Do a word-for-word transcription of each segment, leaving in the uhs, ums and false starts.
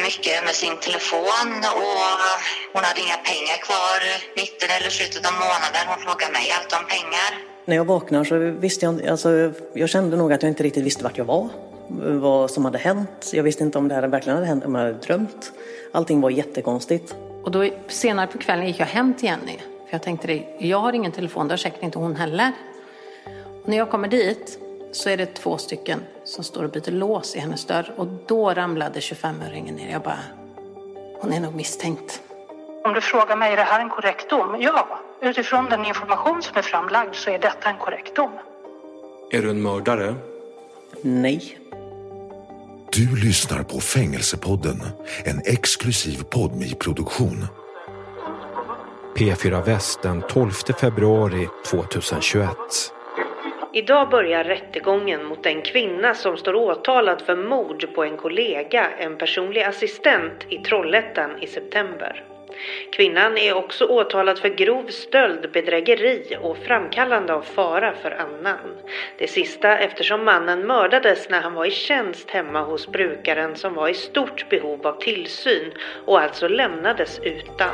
mycket med sin telefon och hon hade inga pengar kvar mitten eller slutet av månaden. Hon frågade mig allt om pengar. När jag vaknar så visste jag, alltså, jag kände nog att jag inte riktigt visste vart jag var. Vad som hade hänt. Jag visste inte om det här verkligen hade hänt, om jag hade drömt. Allting var jättekonstigt. Och då senare på kvällen gick jag hem till Jenny. För jag tänkte, det, jag har ingen telefon, det har säkert inte hon heller. Och när jag kommer dit så är det två stycken som står och byter lås i hennes dörr. Och då ramlade tjugofem-öringen ner. Jag bara, hon är nog misstänkt. Om du frågar mig, är det här en korrekt dom? Ja, utifrån den information som är framlagd så är detta en korrekt dom. Är du en mördare? Nej. Du lyssnar på Fängelsepodden, en exklusiv Podme-produktion. P fyra Väst den tolfte februari tjugohundratjugoett. Idag börjar rättegången mot en kvinna som står åtalad för mord på en kollega, en personlig assistent i Trollhättan i september. Kvinnan är också åtalad för grov stöld, bedrägeri och framkallande av fara för annan. Det sista eftersom mannen mördades när han var i tjänst hemma hos brukaren som var i stort behov av tillsyn och alltså lämnades utan.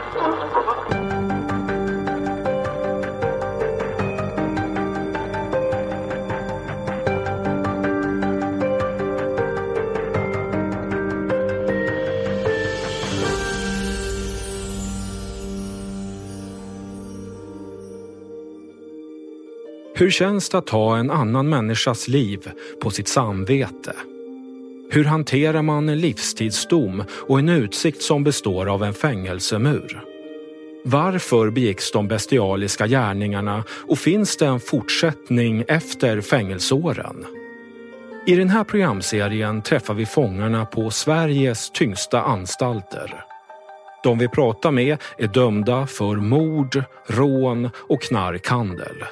Hur känns det att ha en annan människas liv på sitt samvete? Hur hanterar man en livstidsdom och en utsikt som består av en fängelsemur? Varför begicks de bestialiska gärningarna och finns det en fortsättning efter fängelseåren? I den här programserien träffar vi fångarna på Sveriges tyngsta anstalter. De vi pratar med är dömda för mord, rån och knarkhandel.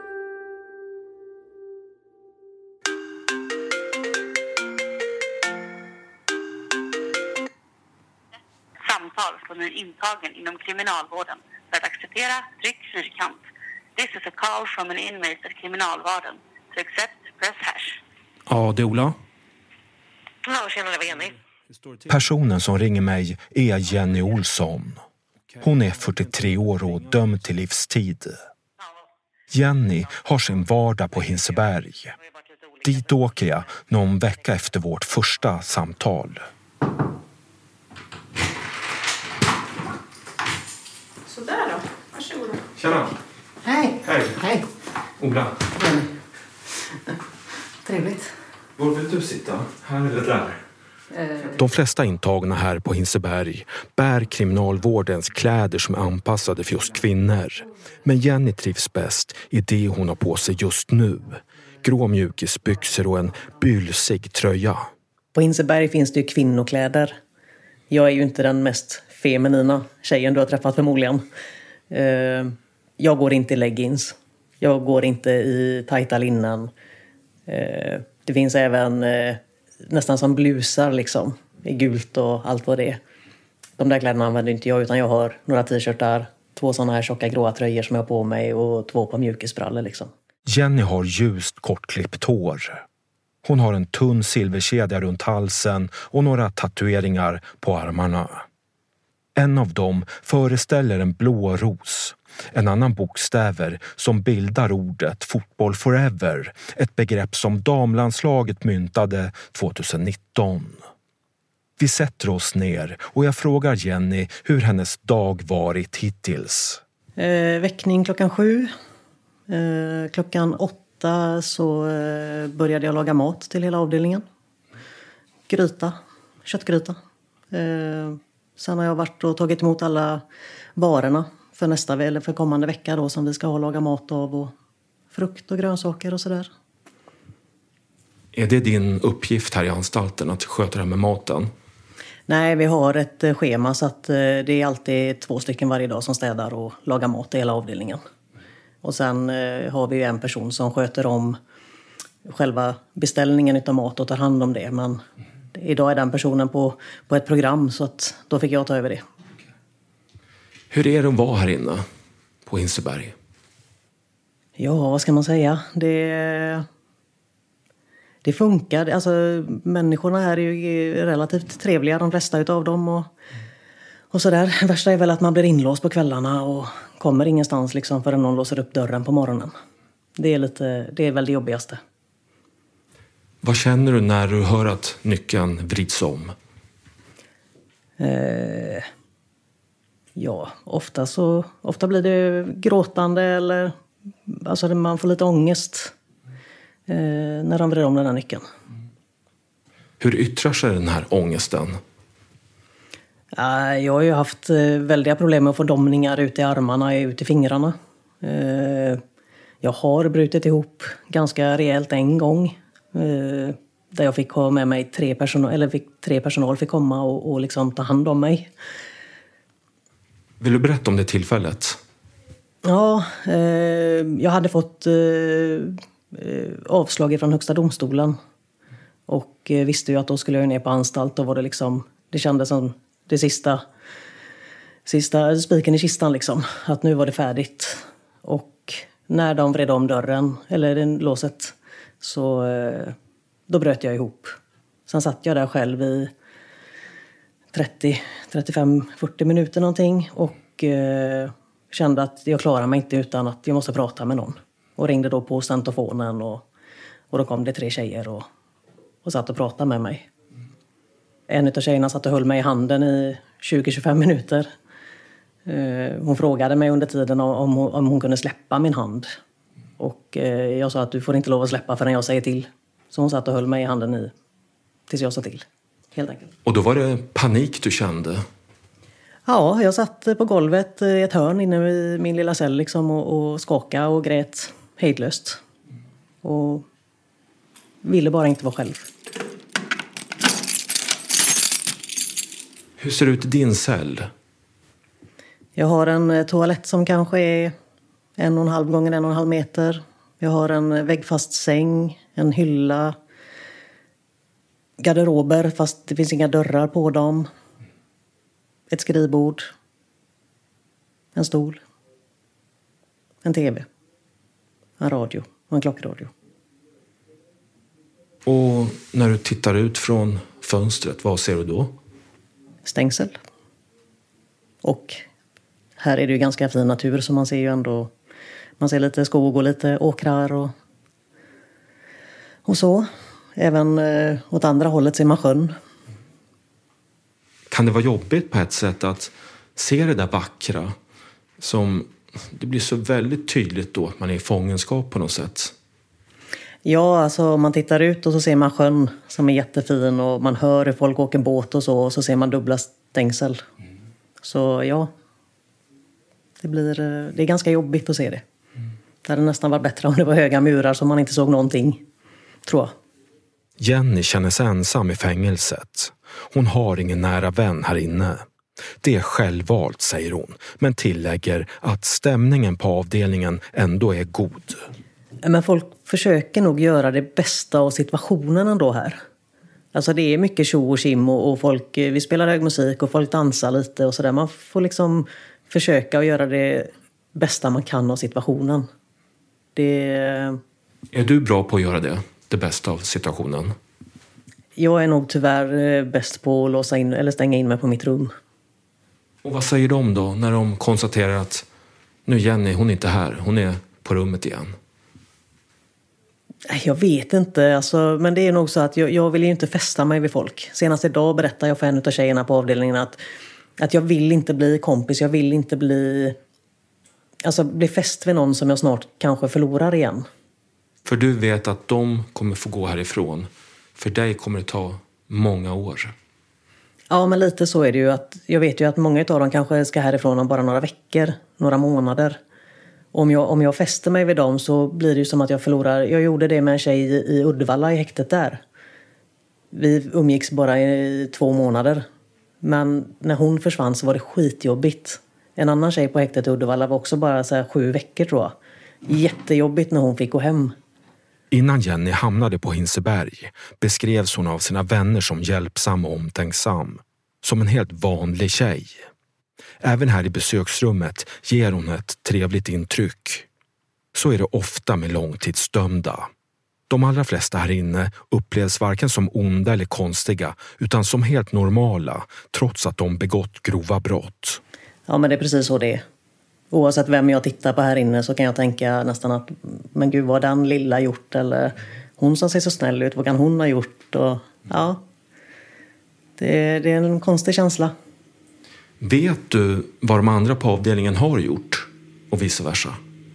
Samtal från en intagen inom kriminalvården för att acceptera tryck fyrkant. This is a call from an inmate at kriminalvården. To accept, press hash. Ja, det är Ola. Ja, tjena, det var Jenny. Personen som ringer mig är Jenny Olsson. Hon är fyrtiotre år och dömd till livstid. Jenny har sin vardag på Hinseberg. Dit åker jag någon vecka efter vårt första samtal. Sådär då, varsågod. Tjena. Hej. Hej. Hej. Ola. Jenny. Trevligt. Var vill du sitta? Här eller där? De flesta intagna här på Hinseberg bär kriminalvårdens kläder som är anpassade för just kvinnor. Men Jenny trivs bäst i det hon har på sig just nu. Grå mjukisbyxor och en bylsig tröja. På Hinseberg finns det ju kvinnokläder. Jag är ju inte den mest feminina tjejen du har träffat förmodligen. Jag går inte i leggings. Jag går inte i tajta linnen. Det finns även nästan som blusar liksom. I gult och allt vad det är. De där kläderna använder inte jag, utan jag har några t-shirtar, två sådana här tjocka gråa tröjor som jag har på mig och två par mjukisbrallor liksom. Jenny har ljust kortklippt hår. Hon har en tunn silverkedja runt halsen och några tatueringar på armarna. En av dem föreställer en blå ros. En annan bokstäver som bildar ordet fotboll forever. Ett begrepp som damlandslaget myntade tjugonitton. Vi sätter oss ner och jag frågar Jenny hur hennes dag varit hittills. Eh, väckning klockan sju. Eh, klockan åtta så eh, började jag laga mat till hela avdelningen. Gryta, köttgryta. Eh, sen har jag varit och tagit emot alla varorna för nästa eller för kommande vecka då, som vi ska ha laga mat av, och frukt och grönsaker och sådär. Är det din uppgift här i anstalten att sköta det här med maten? Nej, vi har ett schema så att det är alltid två stycken varje dag som städar och lagar mat i hela avdelningen. Och sen har vi ju en person som sköter om själva beställningen av mat och tar hand om det. Men idag är den personen på, på ett program, så att då fick jag ta över det. Hur är det att vara här inne på Hinseberg? Ja, vad ska man säga? Det, det funkar. Alltså, människorna här är ju relativt trevliga, de flesta utav dem. Och, och sådär. Det värsta är väl att man blir inlåst på kvällarna och kommer ingenstans liksom förrän någon låser upp dörren på morgonen. Det är, lite, det är väl det jobbigaste. Vad känner du när du hör att nyckeln vrids om? Eh, ja, ofta så ofta blir det gråtande eller alltså man får lite ångest eh, när de vrider om den här nyckeln. Hur yttrar sig den här ångesten? Eh, jag har ju haft eh, väldiga problem med att få domningar ut i armarna, ut i fingrarna. Eh, jag har brutit ihop ganska rejält en gång. Eh, där jag fick ha med mig tre personal, eller fick, tre personal fick komma och, och liksom ta hand om mig. Vill du berätta om det tillfället? Ja, eh, jag hade fått eh, avslag från högsta domstolen. Och eh, visste ju att då skulle jag ner på anstalt. Då var det liksom, det kändes som det sista, sista spiken i kistan liksom. Att nu var det färdigt. Och när de vred om dörren, eller den låset, så eh, då bröt jag ihop. Sen satt jag där själv i trettio, trettiofem, fyrtio minuter någonting. Och eh, kände att jag klarar mig inte utan att jag måste prata med någon. Och ringde då på stentofonen och, och då kom det tre tjejer och, och satt och pratade med mig. En av tjejerna satt och höll mig i handen i tjugo till tjugofem minuter. Eh, hon frågade mig under tiden om hon, om hon kunde släppa min hand. Och eh, jag sa att du får inte lov att släppa förrän jag säger till. Så hon satt och höll mig i handen i, tills jag sa till. Helt enkelt. Och då var det panik du kände? Ja, jag satt på golvet i ett hörn inne i min lilla cell liksom och, och skakade och grät hejdlöst. Och ville bara inte vara själv. Hur ser det ut i din cell? Jag har en toalett som kanske är en och en halv gånger en och en halv meter. Jag har en väggfast säng, en hylla, garderober fast det finns inga dörrar på dem. Ett skrivbord, en stol, en tv, en radio och en klockradio. Och när du tittar ut från fönstret, vad ser du då? Stängsel. Och här är det ju ganska fin natur så man ser ju ändå, man ser lite skog och lite åkrar och, och så. Även eh, åt andra hållet ser man sjön. Kan det vara jobbigt på ett sätt att se det där vackra som det blir så väldigt tydligt då att man är i fångenskap på något sätt? Ja, alltså om man tittar ut och så ser man sjön som är jättefin och man hör hur folk åker båt och så och så ser man dubbla stängsel. Mm. Så ja, det, blir, det är ganska jobbigt att se det. Mm. Det hade nästan varit bättre om det var höga murar så man inte såg någonting, tror jag. Jenny känner sig ensam i fängelset. Hon har ingen nära vän här inne. Det är självvalt, säger hon, men tillägger att stämningen på avdelningen ändå är god. Men folk försöker nog göra det bästa av situationen ändå här. Alltså det är mycket tjo och kim och, och folk, vi spelar hög musik och folk dansar lite och sådär. Man får liksom försöka att göra det bästa man kan av situationen. Det... Är du bra på att göra det? Det bästa av situationen? Jag är nog tyvärr bäst på att låsa in eller stänga in mig på mitt rum. Och vad säger de då när de konstaterar att nu Jenny, hon är inte här, hon är på rummet igen? Jag vet inte, alltså, men det är nog så att jag, jag vill ju inte fästa mig vid folk. Senast idag berättade jag för en av tjejerna på avdelningen att, att jag vill inte bli kompis, jag vill inte bli, alltså, bli fäst vid någon som jag snart kanske förlorar igen. För du vet att de kommer få gå härifrån. För dig kommer det ta många år. Ja, men lite så är det ju. Att jag vet ju att många av dem kanske ska härifrån om bara några veckor, några månader. Om jag, om jag fäster mig vid dem så blir det ju som att jag förlorar. Jag gjorde det med en tjej i, i Uddevalla i häktet där. Vi umgicks bara i två månader. Men när hon försvann så var det skitjobbigt. En annan tjej på häktet i Uddevalla var också bara så här sju veckor tror jag. Jättejobbigt när hon fick gå hem. Innan Jenny hamnade på Hinseberg beskrevs hon av sina vänner som hjälpsam och omtänksam. Som en helt vanlig tjej. Även här i besöksrummet ger hon ett trevligt intryck. Så är det ofta med långtidsdömda. De allra flesta här inne upplevs varken som onda eller konstiga utan som helt normala trots att de begått grova brott. Ja, men det är precis så det är. Oavsett vem jag tittar på här inne så kan jag tänka nästan att men gud, vad har den lilla gjort? Eller hon som ser så snäll ut, vad kan hon ha gjort? Och, ja, det, det är en konstig känsla. Vet du vad de andra på avdelningen har gjort och vice versa?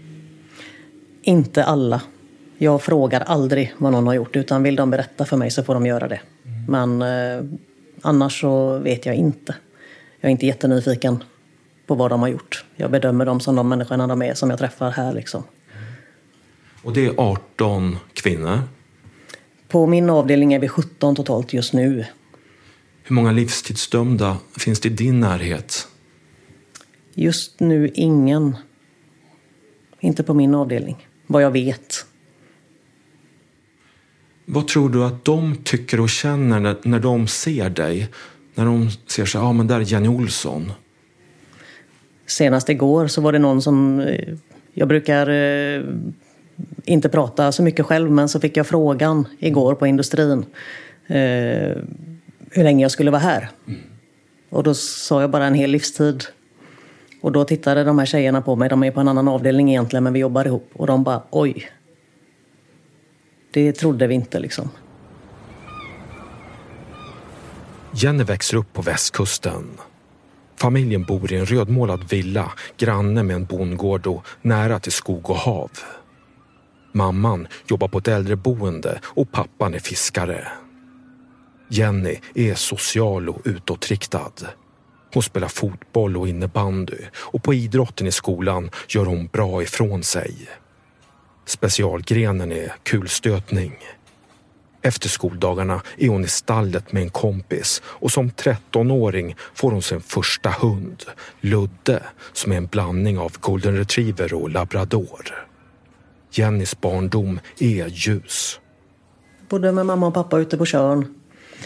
Inte alla. Jag frågar aldrig vad någon har gjort, utan vill de berätta för mig så får de göra det. Mm. Men eh, annars så vet jag inte. Jag är inte jättenyfiken på vad de har gjort. Jag bedömer dem som de människorna de är som jag träffar här liksom. Och det är arton kvinnor? På min avdelning är vi sjutton totalt just nu. Hur många livstidsdömda finns det i din närhet? Just nu ingen. Inte på min avdelning. Vad jag vet. Vad tror du att de tycker och känner när, när de ser dig? När de ser sig, ja ah, men där är Jenny Olsson. Senast igår så var det någon som, jag brukar eh, inte prata så mycket själv, men så fick jag frågan igår på industrin eh, hur länge jag skulle vara här. Mm. Och då sa jag bara en hel livstid. Och då tittade de här tjejerna på mig, de är på en annan avdelning egentligen men vi jobbar ihop. Och de bara, oj. Det trodde vi inte liksom. Jenny växer upp på västkusten. Familjen bor i en rödmålad villa, granne med en bondgård och nära till skog och hav. Mamman jobbar på ett äldreboende och pappan är fiskare. Jenny är social och utåtriktad. Hon spelar fotboll och innebandy och på idrotten i skolan gör hon bra ifrån sig. Specialgrenen är kulstötning. Efter skoldagarna är hon i stallet med en kompis och som trettonåring får hon sin första hund, Ludde, som är en blandning av golden retriever och labrador. Jennys barndom är ljus. Bodde med mamma och pappa ute på Tjörn.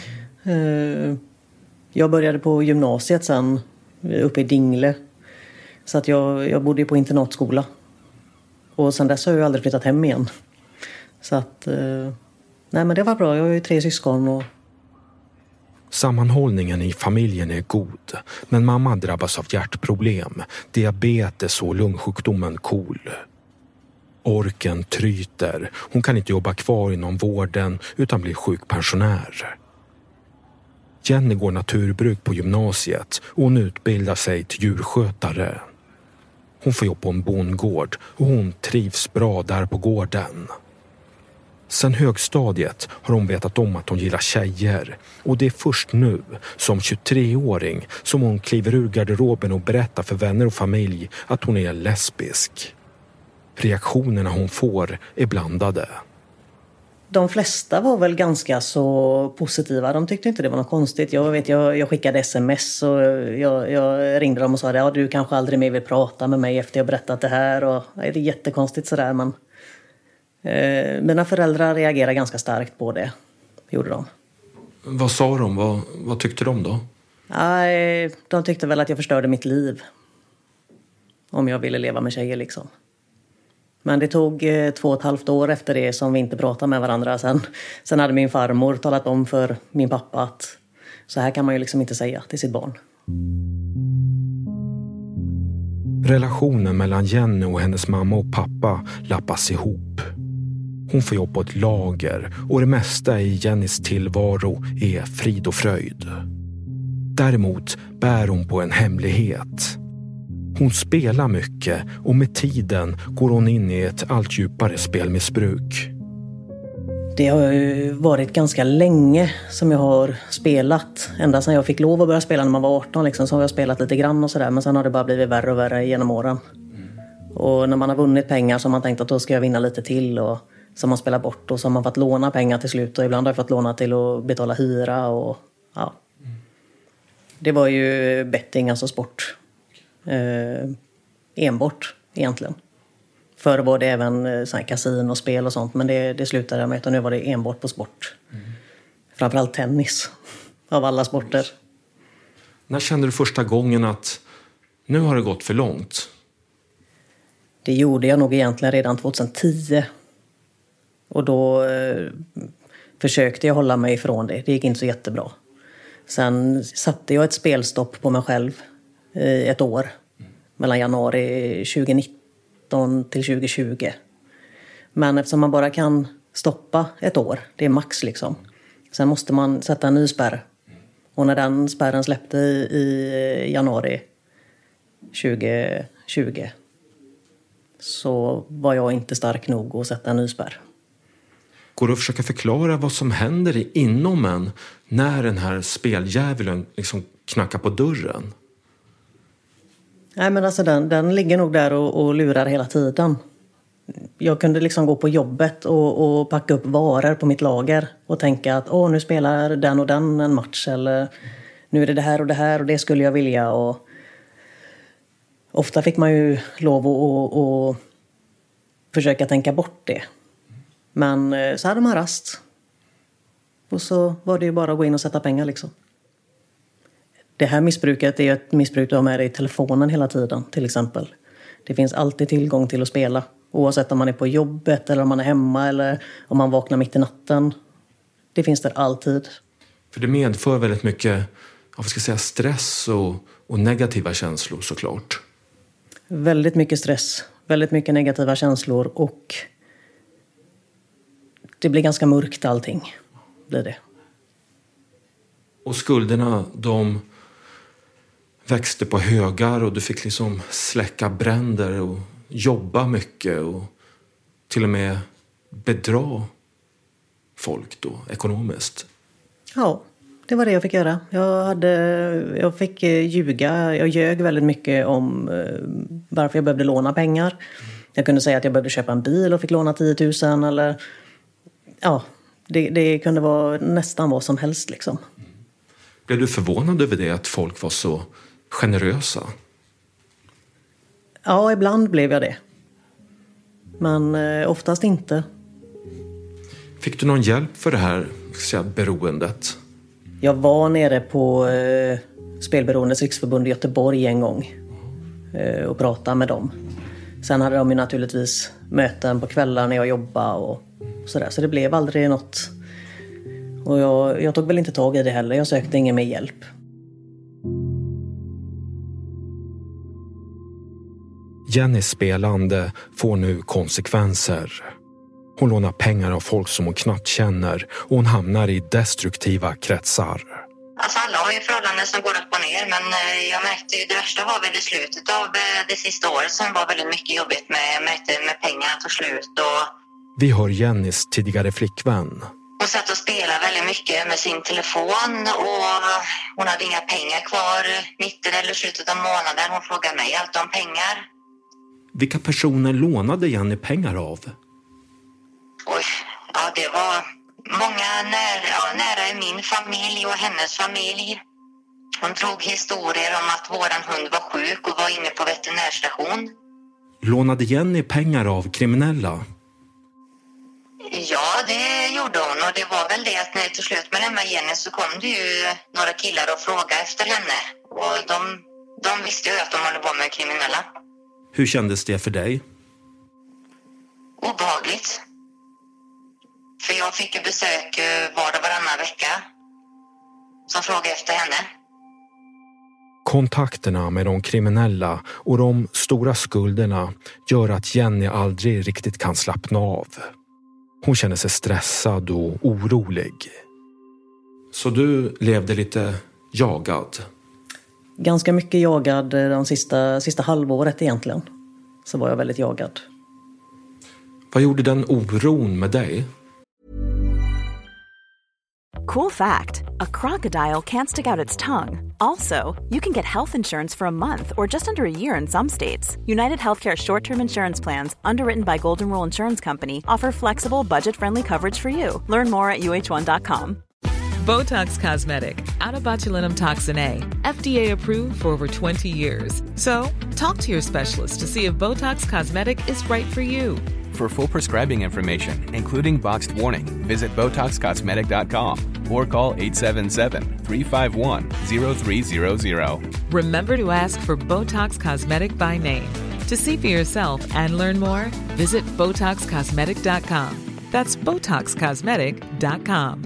Jag började på gymnasiet sen uppe i Dingle. Så att jag, jag bodde på internatskola. Och sen dess har jag aldrig flyttat hem igen. Så att, eh, nej men det var bra. Jag har ju tre syskon och... Sammanhållningen i familjen är god. Men mamma drabbas av hjärtproblem, diabetes och lungsjukdomen KOL. Orken tryter. Hon kan inte jobba kvar inom vården utan blir sjukpensionär. Jenny går naturbruk på gymnasiet och hon utbildar sig till djurskötare. Hon får jobb på en bondgård och hon trivs bra där på gården. Sen högstadiet har hon vetat om att hon gillar tjejer och det är först nu som tjugotreåring som hon kliver ur garderoben och berättar för vänner och familj att hon är lesbisk. Reaktionerna hon får är blandade. De flesta var väl ganska så positiva. De tyckte inte det var något konstigt. Jag vet, jag, jag skickade sms och jag, jag ringde dem och sa att ja, du kanske aldrig mer vill prata med mig efter jag berättat det här. Och, ja, det är jättekonstigt sådär, men eh, mina föräldrar reagerade ganska starkt på det. Gjorde de. Vad sa de? Vad, vad tyckte de då? Ja, de tyckte väl att jag förstörde mitt liv. Om jag ville leva med tjejer liksom. Men det tog eh, två och ett halvt år efter det som vi inte pratade med varandra. Sen, sen hade min farmor talat om för min pappa att så här kan man ju liksom inte säga till sitt barn. Relationen mellan Jenny och hennes mamma och pappa lappas ihop. Hon får jobb på ett lager och det mesta i Jennys tillvaro är frid och fröjd. Däremot bär hon på en hemlighet. Hon spelar mycket och med tiden går hon in i ett allt djupare spelmissbruk. Det har ju varit ganska länge som jag har spelat. Ända sedan jag fick lov att börja spela när man var arton liksom, så har jag spelat lite grann och sådär. Men sen har det bara blivit värre och värre genom åren. Mm. Och när man har vunnit pengar så har man tänkt att då ska jag vinna lite till. Och så har man spelat bort och så har man fått låna pengar till slut. Och ibland har jag fått låna till att betala hyra och ja. Mm. Det var ju betting, alltså sport. Eh, enbart egentligen. Förr var det även eh, kasin och spel och sånt, men det, det slutade jag med och nu var det enbart på sport. Mm. Framförallt tennis av alla sporter. När kände du första gången att nu har det gått för långt? Det gjorde jag nog egentligen redan tjugohundratio. Och då eh, försökte jag hålla mig ifrån det. Det gick inte så jättebra. Sen satte jag ett spelstopp på mig själv i ett år. Mellan januari tjugonitton till tjugohundratjugo. Men eftersom man bara kan stoppa ett år, det är max liksom. Sen måste man sätta en ny spärr. Och när den spärren släppte i, i januari tjugohundratjugo så var jag inte stark nog att sätta en ny spärr. Går det att försöka förklara vad som händer inom en när den här speldjävulen liksom knackar på dörren? Nej, men alltså den, den ligger nog där och, och lurar hela tiden. Jag kunde liksom gå på jobbet och, och packa upp varor på mitt lager och tänka att åh, nu spelar den och den en match, eller nu är det det här och det här och det skulle jag vilja. Och ofta fick man ju lov att, att, att försöka tänka bort det. Men så hade man rast. Och så var det ju bara att gå in och sätta pengar liksom. Det här missbruket är ju ett missbruk du har med dig i telefonen hela tiden, till exempel. Det finns alltid tillgång till att spela. Oavsett om man är på jobbet eller om man är hemma eller om man vaknar mitt i natten. Det finns där alltid. För det medför väldigt mycket, vad ska jag säga, stress och, och negativa känslor såklart. Väldigt mycket stress. Väldigt mycket negativa känslor och det blir ganska mörkt allting. Blir det. Och skulderna, de växte på högar och du fick liksom släcka bränder och jobba mycket och till och med bedra folk då ekonomiskt. Ja, det var det jag fick göra. Jag, hade, jag fick ljuga, jag ljög väldigt mycket om varför jag behövde låna pengar. Jag kunde säga att jag behövde köpa en bil och fick låna tio tusen eller ja, det, det kunde vara nästan vad som helst liksom. Blev du förvånad över det, att folk var så generösa? Ja, ibland blev jag det. Men eh, oftast inte. Fick du någon hjälp för det här, ska säga, beroendet? Jag var nere på eh, Spelberoendes riksförbund i Göteborg en gång. Eh, och pratade med dem. Sen hade de ju naturligtvis möten på kvällar när jag jobbade och sådär. Så det blev aldrig något. Och jag, jag tog väl inte tag i det heller. Jag sökte ingen med hjälp. Jennys spelande får nu konsekvenser. Hon lånar pengar av folk som hon knappt känner och hon hamnar i destruktiva kretsar. Alltså alla har ju förhållanden som går upp och ner, men jag märkte ju det värsta var väl i slutet av det sista året som var väldigt mycket jobbigt med, jag märkte med pengarna tog slut och... Vi hör Jennys tidigare flickvän. Hon satt och spelade väldigt mycket med sin telefon och hon hade inga pengar kvar mitten eller slutet av månaden. Hon frågade mig allt om pengar. Vilka personer lånade Jenny pengar av? Oj, ja det var många nära, ja, nära i min familj och hennes familj. Hon drog historier om att våran hund var sjuk och var inne på veterinärstation. Lånade Jenny pengar av kriminella? Ja, det gjorde hon och det var väl det att när det tog slut med den med Jenny så kom det ju några killar och frågade efter henne. Och de, de visste ju att de håller på med kriminella. Hur kändes det för dig? Obehagligt. För jag fick ju besök var och varannan vecka som frågade efter henne. Kontakterna med de kriminella och de stora skulderna gör att Jenny aldrig riktigt kan slappna av. Hon känner sig stressad och orolig. Så du levde lite jagad? Ganska mycket jagad de sista, sista halvåret egentligen. Så var jag väldigt jagad. Vad gjorde den oron med dig? Cool fact, a crocodile can't stick out its tongue. Also, you can get health insurance for a month or just under a year in some states. United Healthcare short-term insurance plans, underwritten by Golden Rule Insurance Company, offer flexible, budget-friendly coverage for you. Learn more at U H one dot com. Botox Cosmetic, out of botulinum toxin A, F D A approved for over twenty years. So, talk to your specialist to see if Botox Cosmetic is right for you. For full prescribing information, including boxed warning, visit Botox Cosmetic dot com or call eight seven seven, three five one, zero three zero zero. Remember to ask for Botox Cosmetic by name. To see for yourself and learn more, visit Botox Cosmetic dot com. That's Botox Cosmetic dot com.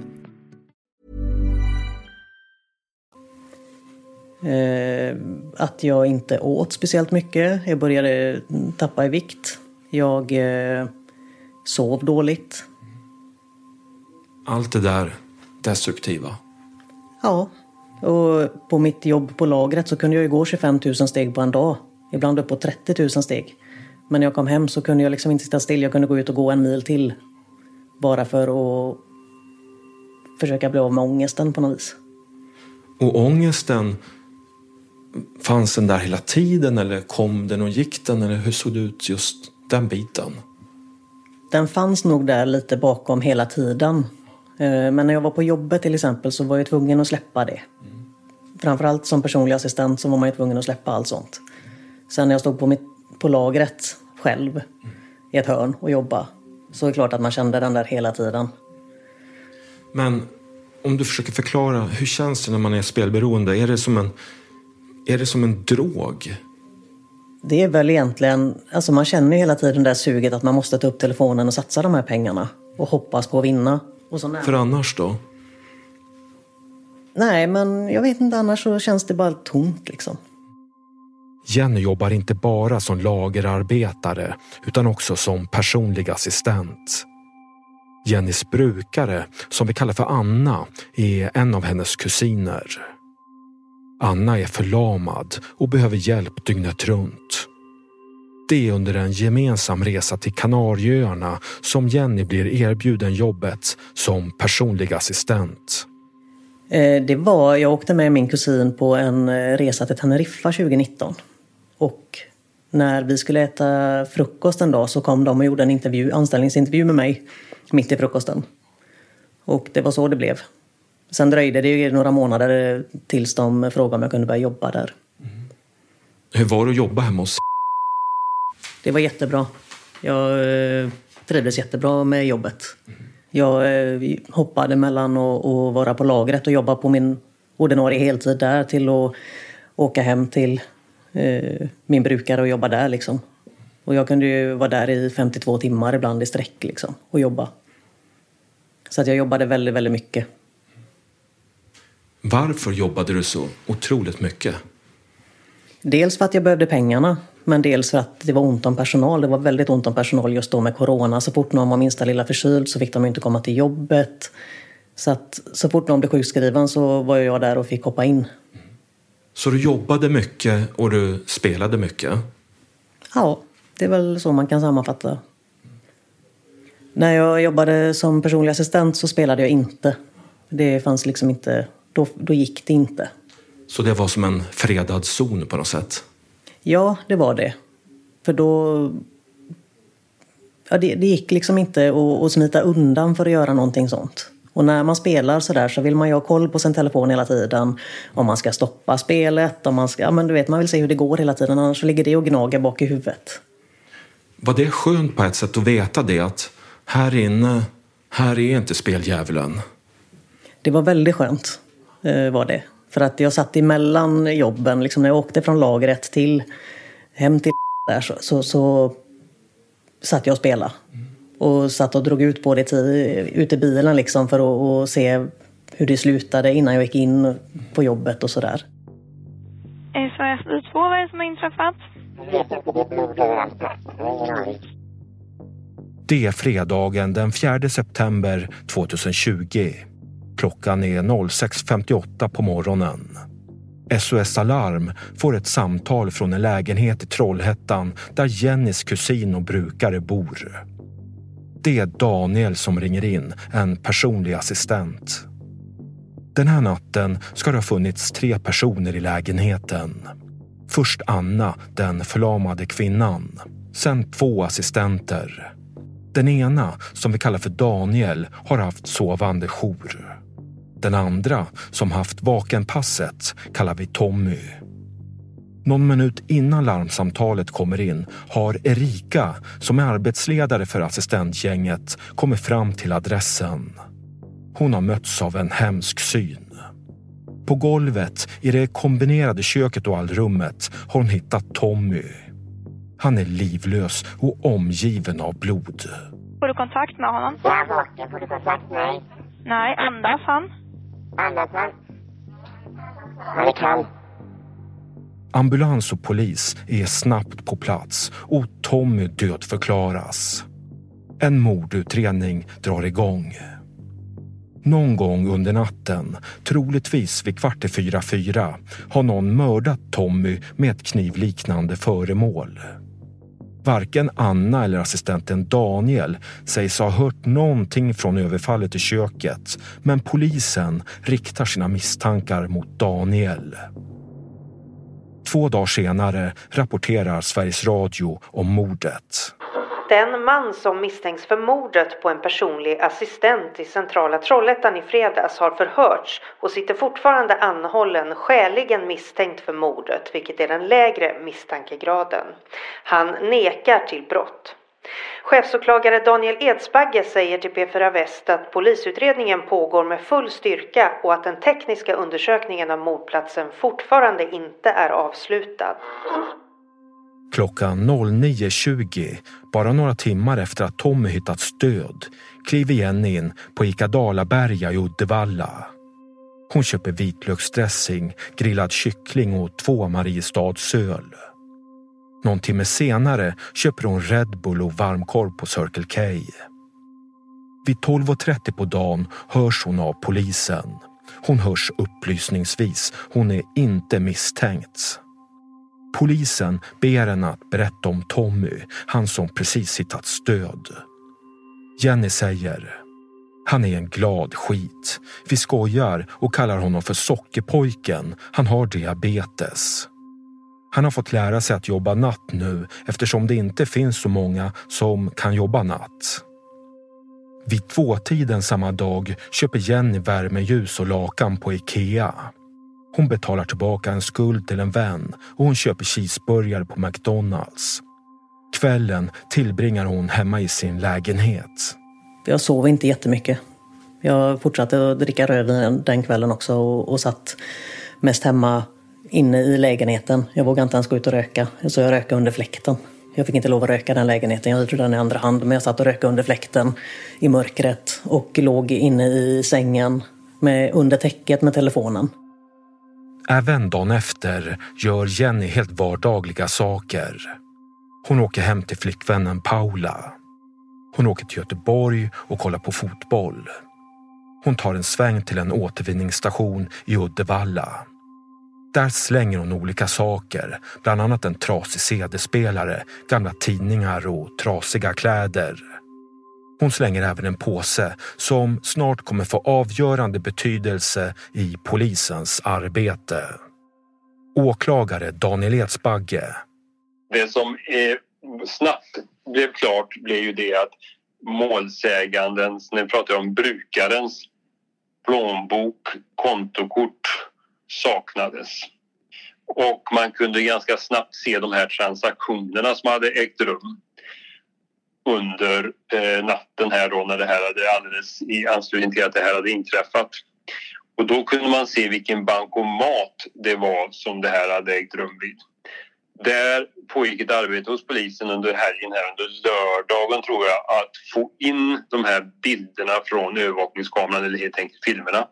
Eh, att jag inte åt speciellt mycket. Jag började tappa i vikt. Jag eh, sov dåligt. Allt det där destruktiva. Ja, och på mitt jobb på lagret så kunde jag ju gå tjugofem tusen steg på en dag. Ibland upp på trettio tusen steg. Men när jag kom hem så kunde jag liksom inte sitta still. Jag kunde gå ut och gå en mil till. Bara för att försöka bli av med ångesten på något vis. Och ångesten, fanns den där hela tiden eller kom den och gick den? Eller hur såg det ut just den biten? Den fanns nog där lite bakom hela tiden. Men när jag var på jobbet till exempel så var jag tvungen att släppa det. Mm. Framförallt som personlig assistent så var man ju tvungen att släppa allt sånt. Sen när jag stod på, mitt, på lagret själv mm. i ett hörn och jobba så är det klart att man kände den där hela tiden. Men om du försöker förklara, hur känns det när man är spelberoende? Är det som en, är det som en drog? Det är väl egentligen, alltså man känner hela tiden det där suget att man måste ta upp telefonen och satsa de här pengarna och hoppas på att vinna. Och så För annars då? Nej, men jag vet inte, annars så känns det bara tomt liksom. Jenny jobbar inte bara som lagerarbetare utan också som personlig assistent. Jennys brukare, som vi kallar för Anna, är en av hennes kusiner. Anna är förlamad och behöver hjälp dygnet runt. Det är under en gemensam resa till Kanarieöarna som Jenny blir erbjuden jobbet som personlig assistent. Det var, jag åkte med min kusin på en resa till Teneriffa tjugonitton. Och när vi skulle äta frukost en dag så kom de och gjorde en intervju, anställningsintervju med mig mitt i frukosten. Och det var så det blev. Sen dröjde det ju några månader tills de frågade om jag kunde börja jobba där. Mm. Hur var det att jobba hemma hos? Det var jättebra. Jag eh, trivdes jättebra med jobbet. Mm. Jag eh, hoppade mellan att vara på lagret och jobba på min ordinarie heltid där till att åka hem till eh, min brukare och jobba där liksom. Och jag kunde ju vara där i femtiotvå timmar ibland i sträck liksom och jobba. Så att jag jobbade väldigt, väldigt mycket. Varför jobbade du så otroligt mycket? Dels för att jag behövde pengarna, men dels för att det var ont om personal. Det var väldigt ont om personal just då med corona. Så fort någon var minsta lilla förkyld så fick de inte komma till jobbet. Så att så fort någon blev sjukskriven så var jag där och fick hoppa in. Så du jobbade mycket och du spelade mycket? Ja, det är väl så man kan sammanfatta. När jag jobbade som personlig assistent så spelade jag inte. Det fanns liksom inte, då, då gick det inte. Så det var som en fredad zon på något sätt? Ja, det var det. För då... Ja, det, det gick liksom inte att, att smita undan för att göra någonting sånt. Och när man spelar så där så vill man ju ha koll på sin telefon hela tiden. Om man ska stoppa spelet, om man ska... Ja, men du vet, man vill se hur det går hela tiden. Annars så ligger det och gnager bak i huvudet. Var det skönt på ett sätt att veta det? Att här inne, här är inte speldjävulen? Det var väldigt skönt, var det. För att jag satt emellan jobben, liksom när jag åkte från lagret till hem till där så, så, så satt jag och spelade. Mm. Och satt och drog ut på det tid, ut i bilen liksom för att, att se hur det slutade innan jag gick in på jobbet och sådär. S O S U två, vad är det som har inträffat? Det är fredagen den fjärde september tjugohundratjugo. Klockan är sex femtioåtta på morgonen. S O S Alarm får ett samtal från en lägenhet i Trollhättan där Jennys kusin och brukare bor. Det är Daniel som ringer in, en personlig assistent. Den här natten ska det ha funnits tre personer i lägenheten. Först Anna, den förlamade kvinnan. Sen två assistenter. Den ena, som vi kallar för Daniel, har haft sovande jour. Den andra, som haft vakenpasset, kallar vi Tommy. Någon minut innan larmsamtalet kommer in har Erika, som är arbetsledare för assistentgänget, kommit fram till adressen. Hon har mötts av en hemsk syn. På golvet i det kombinerade köket och allrummet har hon hittat Tommy. Han är livlös och omgiven av blod. Får du kontakt med honom? Jag är vaken. Får du kontakt med mig? Nej, andas han? Andas han? Han är kall. Ambulans och polis är snabbt på plats och Tommy dödförklaras. En mordutredning drar igång. Någon gång under natten, troligtvis vid kvart i fyra fyra, har någon mördat Tommy med ett knivliknande föremål. Varken Anna eller assistenten Daniel sägs ha hört någonting från överfallet i köket, men polisen riktar sina misstankar mot Daniel. Två dagar senare rapporterar Sveriges Radio om mordet. Den man som misstänks för mordet på en personlig assistent i centrala Trollhättan i fredags har förhörts och sitter fortfarande anhållen skäligen misstänkt för mordet, vilket är den lägre misstankegraden. Han nekar till brott. Chefsåklagare Daniel Edsbagge säger till P fyra Väst att polisutredningen pågår med full styrka och att den tekniska undersökningen av mordplatsen fortfarande inte är avslutad. Klockan nio tjugo, bara några timmar efter att Tommy hittats död, kliver Jenny in på Ica Dalaberga i Uddevalla. Hon köper vitlöksdressing, grillad kyckling och två Mariestadsöl. Någon timme senare köper hon Red Bull och varmkorv på Circle K. Vid tolv trettio på dagen hörs hon av polisen. Hon hörs upplysningsvis, hon är inte misstänkt. Polisen ber henne att berätta om Tommy, han som precis hittats död. Jenny säger: han är en glad skit. Vi skojar och kallar honom för sockerpojken. Han har diabetes. Han har fått lära sig att jobba natt nu eftersom det inte finns så många som kan jobba natt. Vid tvåtiden samma dag köper Jenny värmeljus och lakan på Ikea. Hon betalar tillbaka en skuld till en vän och hon köper cheeseburgare på McDonalds. Kvällen tillbringar hon hemma i sin lägenhet. Jag sov inte jättemycket. Jag fortsatte att dricka rödvin den kvällen också och, och satt mest hemma inne i lägenheten. Jag vågade inte ens gå ut och röka, så jag rökade under fläkten. Jag fick inte lov att röka den lägenheten, jag hyrde den i andra hand, men jag satt och rökade under fläkten i mörkret och låg inne i sängen med under täcket med telefonen. Även dagen efter gör Jenny helt vardagliga saker. Hon åker hem till flickvännen Paula. Hon åker till Göteborg och kollar på fotboll. Hon tar en sväng till en återvinningsstation i Uddevalla. Där slänger hon olika saker, bland annat en trasig C D-spelare, gamla tidningar och trasiga kläder. Hon slänger även en påse som snart kommer få avgörande betydelse i polisens arbete. Åklagare Daniel Edsbagge. Det som är snabbt blev klart blev ju det att målsägandens, när vi pratar om brukarens plånbok, kontokort saknades. Och man kunde ganska snabbt se de här transaktionerna som hade ägt rum under eh, natten här då, när det här hade alldeles i anslutning till att det här hade inträffat. Och då kunde man se vilken bankomat det var som det här hade ägt rum vid. Där pågick ett arbete hos polisen under helgen här, under lördagen tror jag, att få in de här bilderna från övervakningskameran, eller helt enkelt filmerna.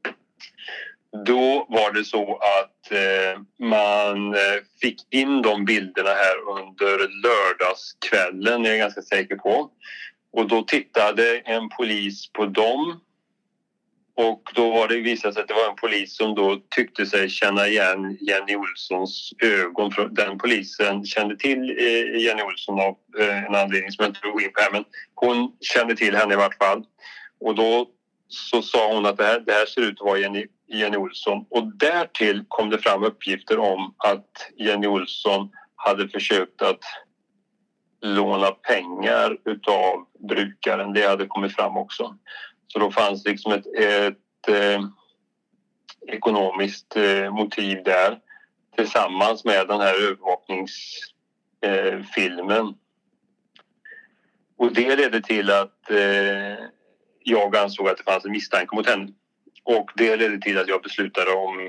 Då var det så att eh, man eh, fick in de bilderna här under lördagskvällen, är jag ganska säker på. Och då tittade en polis på dem. Och då var det visat sig att det var en polis som då tyckte sig känna igen Jenny Olssons ögon. Den polisen kände till eh, Jenny Olsson av eh, en anledning som jag inte vill gå in på här. Men hon kände till henne i vart fall. Och då så sa hon att det här, det här ser ut att vara Jenny, Jenny Olsson. Och därtill kom det fram uppgifter om att Jenny Olsson hade försökt att låna pengar utav brukaren. Det hade kommit fram också. Så då fanns liksom ett, ett eh, ekonomiskt eh, motiv där tillsammans med den här övervakningsfilmen. Eh, och det ledde till att eh, jag ansåg att det fanns en misstanke mot henne. Och det ledde till att jag beslutade om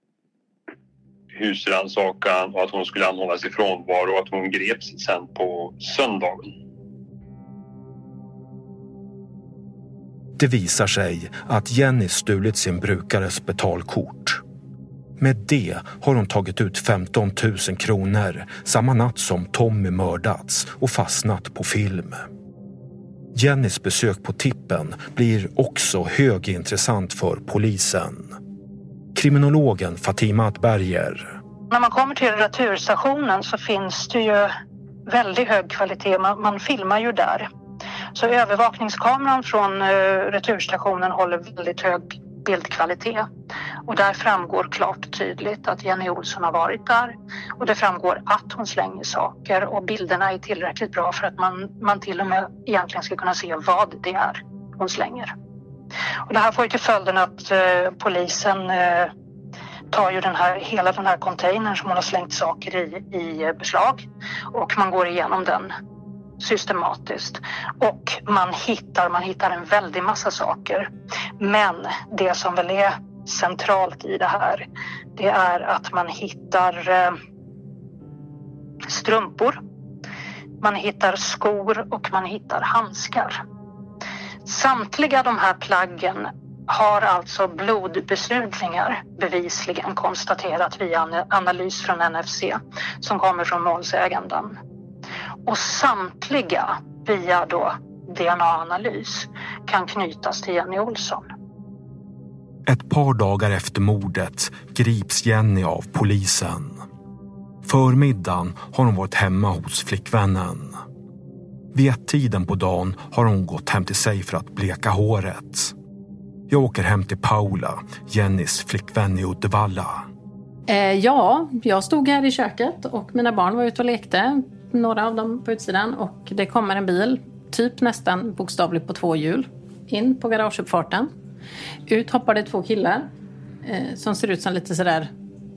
husrannsakan och att hon skulle anhållas i frånvaro och att hon greps sen på söndagen. Det visar sig att Jenny stulit sin brukares betalkort. Med det har hon tagit ut femton tusen kronor samma natt som Tommy mördats och fastnat på film. Jennys besök på tippen blir också högintressant för polisen. Kriminologen Fatima Adberger. När man kommer till returstationen så finns det ju väldigt hög kvalitet. Man, man filmar ju där. Så övervakningskameran från uh, returstationen håller väldigt hög bildkvalitet. Och där framgår klart och tydligt att Jenny Olsson har varit där. Och det framgår att hon slänger saker. Och bilderna är tillräckligt bra för att man, man till och med egentligen ska kunna se vad det är hon slänger. Och det här får ju till följden att uh, polisen uh, tar ju den här, hela den här containern som hon har slängt saker i, i beslag. Och man går igenom den systematiskt. Och man hittar, man hittar en väldig massa saker. Men det som väl är centralt i det här, det är att man hittar eh, strumpor. Man hittar skor och man hittar handskar. Samtliga de här plaggen har alltså blodbesudlingar bevisligen konstaterat via analys från N F C som kommer från målsäganden. Och samtliga via då D N A-analys kan knytas till Jenny Olsson. Ett par dagar efter mordet grips Jenny av polisen. Förmiddagen har hon varit hemma hos flickvännen. Vid ett tiden på dagen har hon gått hem till sig för att bleka håret. Jag åker hem till Paula, Jennys flickvän i Uddevalla. Eh, ja, jag stod här i köket och mina barn var ute och lekte. Några av dem på utsidan. Och det kommer en bil, typ nästan bokstavligt på två hjul, in på garageuppfarten. Ut hoppar det två killar eh, som ser ut som lite sådär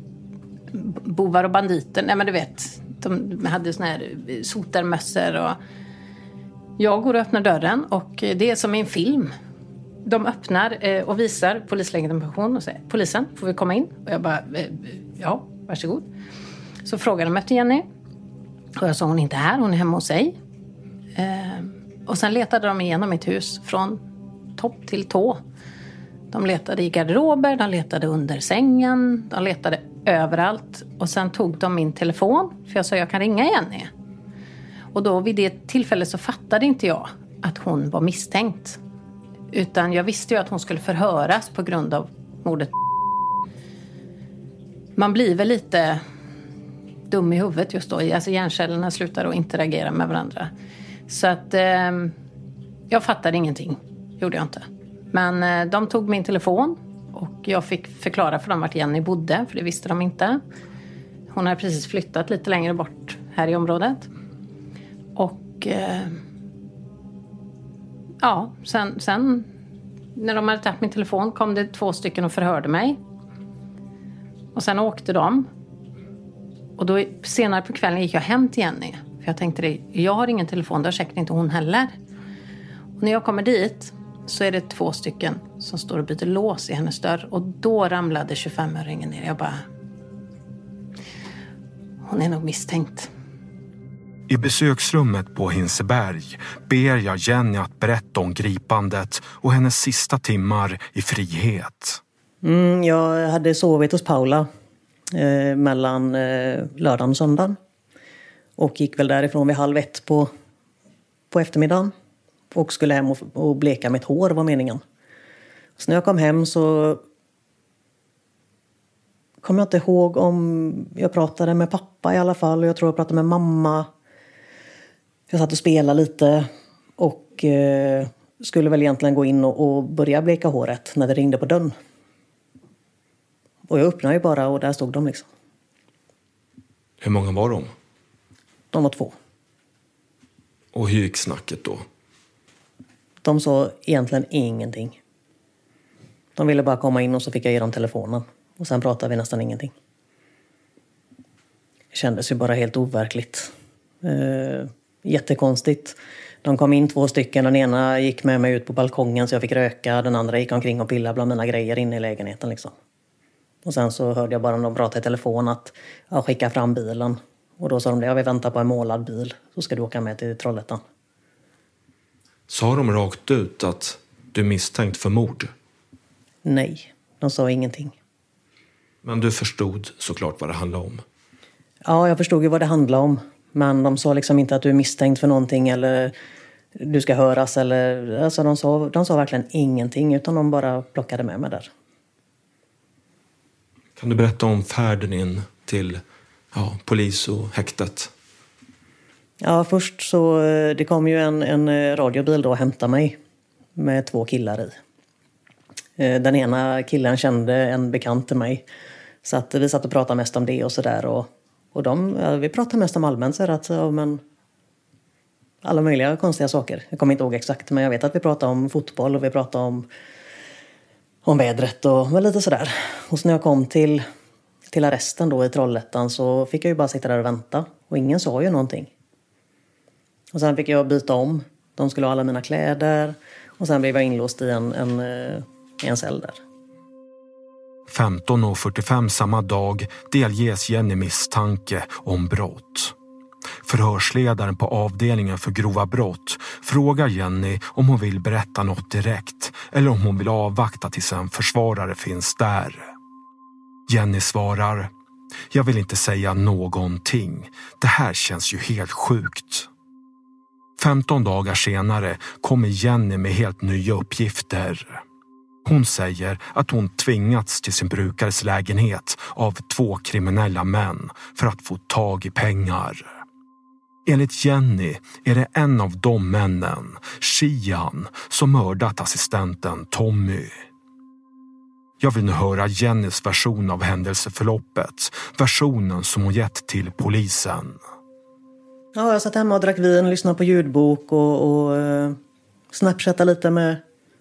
bovar och banditer. Nej men du vet, de hade såna här sotermössor och jag går och öppnar dörren och det är som i en film. De öppnar eh, och visar polislegitimation och säger, polisen, får vi komma in? Och jag bara, eh, ja, varsågod. Så frågar de efter Jenny. Och jag sa, hon är inte här, hon är hemma hos sig. Eh, och sen letade de igenom mitt hus från topp till tå. De letade i garderober, de letade under sängen, de letade överallt. Och sen tog de min telefon, för jag sa, jag kan ringa Jenny. Och då vid det tillfället så fattade inte jag att hon var misstänkt. Utan jag visste ju att hon skulle förhöras på grund av mordet. Man blir väl lite dum i huvudet just då. Alltså hjärncellerna slutar att interagera med varandra. Så att eh, jag fattade ingenting. Gjorde jag inte. Men eh, de tog min telefon. Och jag fick förklara för dem vart Jenny bodde. För det visste de inte. Hon har precis flyttat lite längre bort här i området. Och eh, ja, sen, sen när de hade tagit min telefon kom det två stycken och förhörde mig. Och sen åkte de. Och då senare på kvällen gick jag hem till Jenny. För jag tänkte det, jag har ingen telefon, det har säkert inte hon heller. Och när jag kommer dit så är det två stycken som står och byter lås i hennes dörr. Och då ramlade tjugofem-öringen ner. Jag bara, hon är nog misstänkt. I besöksrummet på Hinseberg ber jag Jenny att berätta om gripandet och hennes sista timmar i frihet. Mm, jag hade sovit hos Paula eh, mellan eh, lördagen och söndagen. Och gick väl därifrån vid halv ett på, på eftermiddagen. Och skulle hem och, och bleka mitt hår var meningen. Så när jag kom hem så kom jag inte ihåg om jag pratade med pappa i alla fall. Och jag tror jag pratade med mamma. Jag satt och spelade lite och eh, skulle väl egentligen gå in och, och börja bleka håret när det ringde på dörren. Och jag öppnade ju bara och där stod de liksom. Hur många var de? De var två. Och hur gick snacket då? De sa egentligen ingenting. De ville bara komma in och så fick jag ge dem telefonen. Och sen pratade vi nästan ingenting. Det kändes ju bara helt overkligt. Eh, jättekonstigt. De kom in två stycken. Den ena gick med mig ut på balkongen så jag fick röka. Den andra gick omkring och pillade bland mina grejer inne i lägenheten liksom. Och sen så hörde jag bara när de pratade i telefon att jag skickade fram bilen. Och då sa de det, jag vill vänta på en målad bil. Så ska du åka med till Trollhättan. Sa de rakt ut att du är misstänkt för mord? Nej, de sa ingenting. Men du förstod såklart vad det handlade om? Ja, jag förstod ju vad det handlade om. Men de sa liksom inte att du är misstänkt för någonting eller du ska höras. Eller, alltså de, sa, de sa verkligen ingenting utan de bara plockade med mig där. Kan du berätta om färden in till ja, polis och häktet? Ja, först så det kom ju en, en radiobil då och hämtade mig med två killar i. Den ena killen kände en bekant till mig. Så att vi satt och pratade mest om det och sådär. Och, och de, ja, vi pratade mest om allmänt så att, ja, men alla möjliga konstiga saker. Jag kommer inte ihåg exakt, men jag vet att vi pratade om fotboll och vi pratade om, om vädret och lite sådär. Och så när jag kom till, till arresten då i Trollhättan så fick jag ju bara sitta där och vänta. Och ingen sa ju någonting. Och sen fick jag byta om. De skulle ha alla mina kläder. Och sen blev jag inlåst i en, en, i en cell där. femton och fyrtiofem samma dag delges Jenny misstanke om brott. Förhörsledaren på avdelningen för grova brott frågar Jenny om hon vill berätta något direkt eller om hon vill avvakta tills en försvarare finns där. Jenny svarar: jag vill inte säga någonting. Det här känns ju helt sjukt. femton dagar senare kommer Jenny med helt nya uppgifter. Hon säger att hon tvingats till sin brukares lägenhet av två kriminella män för att få tag i pengar. Enligt Jenny är det en av de männen, Shian, som mördat assistenten Tommy. Jag vill nu höra Jennys version av händelseförloppet, versionen som hon gett till polisen. Ja, jag satt hemma och drack vin, lyssnade på ljudbok och, och uh, snapchattade lite med,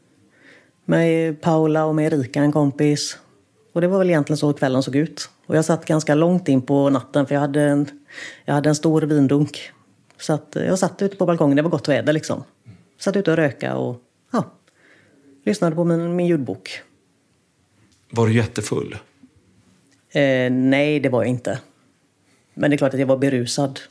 med Paula och med Erika, en kompis. Och det var väl egentligen så kvällen såg ut. Och jag satt ganska långt in på natten för jag hade en, jag hade en stor vindunk. Så att jag satt ute på balkongen, det var gott väder liksom. Satt ute och röka och ja, lyssnade på min, min ljudbok. Var du jättefull? Eh, nej, det var jag inte. Men det är klart att jag var berusad.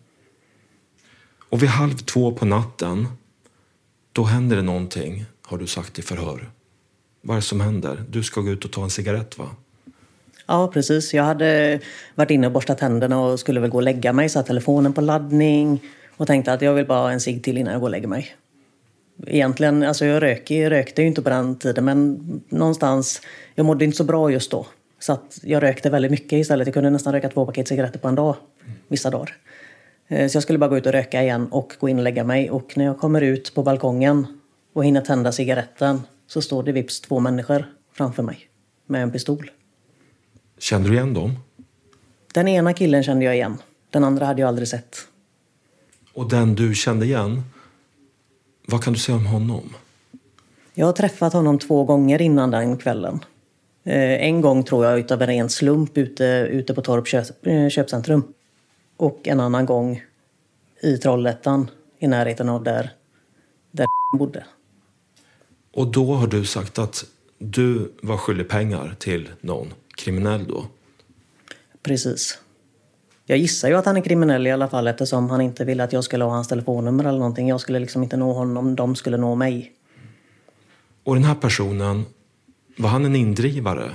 Och vid halv två på natten, då händer det någonting, har du sagt i förhör. Vad är det som händer? Du ska gå ut och ta en cigarett, va? Ja, precis. Jag hade varit inne och borstat tänderna och skulle väl gå och lägga mig. Satt telefonen på laddning och tänkte att jag vill bara ha en cigg till innan jag går och lägger mig. Egentligen, alltså jag rök, jag rökte ju inte på den tiden, men någonstans, jag mådde inte så bra just då. Så att jag rökte väldigt mycket istället. Jag kunde nästan röka två paket cigaretter på en dag, vissa dagar. Så jag skulle bara gå ut och röka igen och gå in och lägga mig. Och när jag kommer ut på balkongen och hinner tända cigaretten så står det vips två människor framför mig med en pistol. Kände du igen dem? Den ena killen kände jag igen. Den andra hade jag aldrig sett. Och den du kände igen, vad kan du säga om honom? Jag har träffat honom två gånger innan den kvällen. Eh, en gång tror jag utav en ren slump ute, ute på Torp köp, eh, köpcentrum. Och en annan gång i Trollhättan i närheten av där, där bodde. Och då har du sagt att du var skyldig pengar till någon kriminell då? Precis. Jag gissar ju att han är kriminell i alla fall eftersom han inte ville att jag skulle ha hans telefonnummer eller någonting. Jag skulle liksom inte nå honom, de skulle nå mig. Och den här personen, var han en indrivare?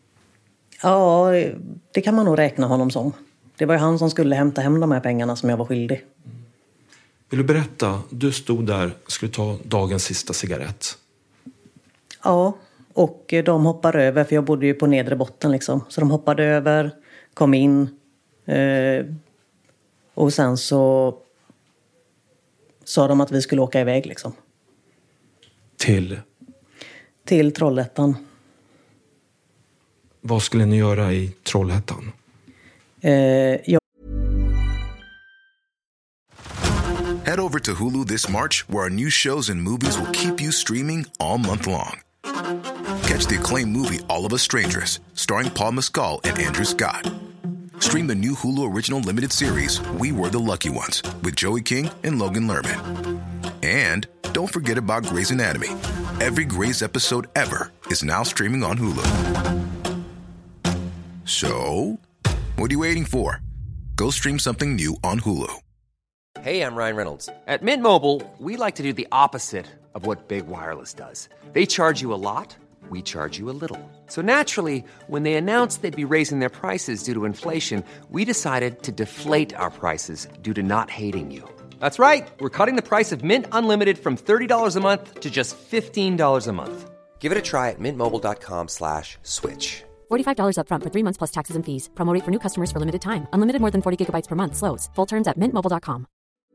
Ja, det kan man nog räkna honom som. Det var ju han som skulle hämta hem de här pengarna som jag var skyldig. Vill du berätta? Du stod där och skulle ta dagens sista cigarett. Ja, och de hoppade över för jag bodde ju på nedre botten liksom. Så de hoppade över, kom in eh, och sen så sa de att vi skulle åka iväg liksom. Till? Till Trollhättan. Vad skulle ni göra i Trollhättan? Eh, jag... Head over to Hulu this March, where our new shows and movies will keep you streaming all month long. Catch the acclaimed movie All of Us Strangers, starring Paul Mescal and Andrew Scott. Stream the new Hulu original limited series We Were the Lucky Ones with Joey King and Logan Lerman. And don't forget about Grey's Anatomy. Every Grey's episode ever is now streaming on Hulu. So, what are you waiting for? Go stream something new on Hulu. Hey, I'm Ryan Reynolds. At Mint Mobile, we like to do the opposite of what Big Wireless does. They charge you a lot, we charge you a little. So naturally, when they announced they'd be raising their prices due to inflation, we decided to deflate our prices due to not hating you. That's right. We're cutting the price of Mint Unlimited from thirty dollars a month to just fifteen dollars a month. Give it a try at mintmobile.com slash switch. forty-five dollars up front for three months plus taxes and fees. Promo rate for new customers for limited time. Unlimited more than forty gigabytes per month. Slows full terms at mint mobile dot com.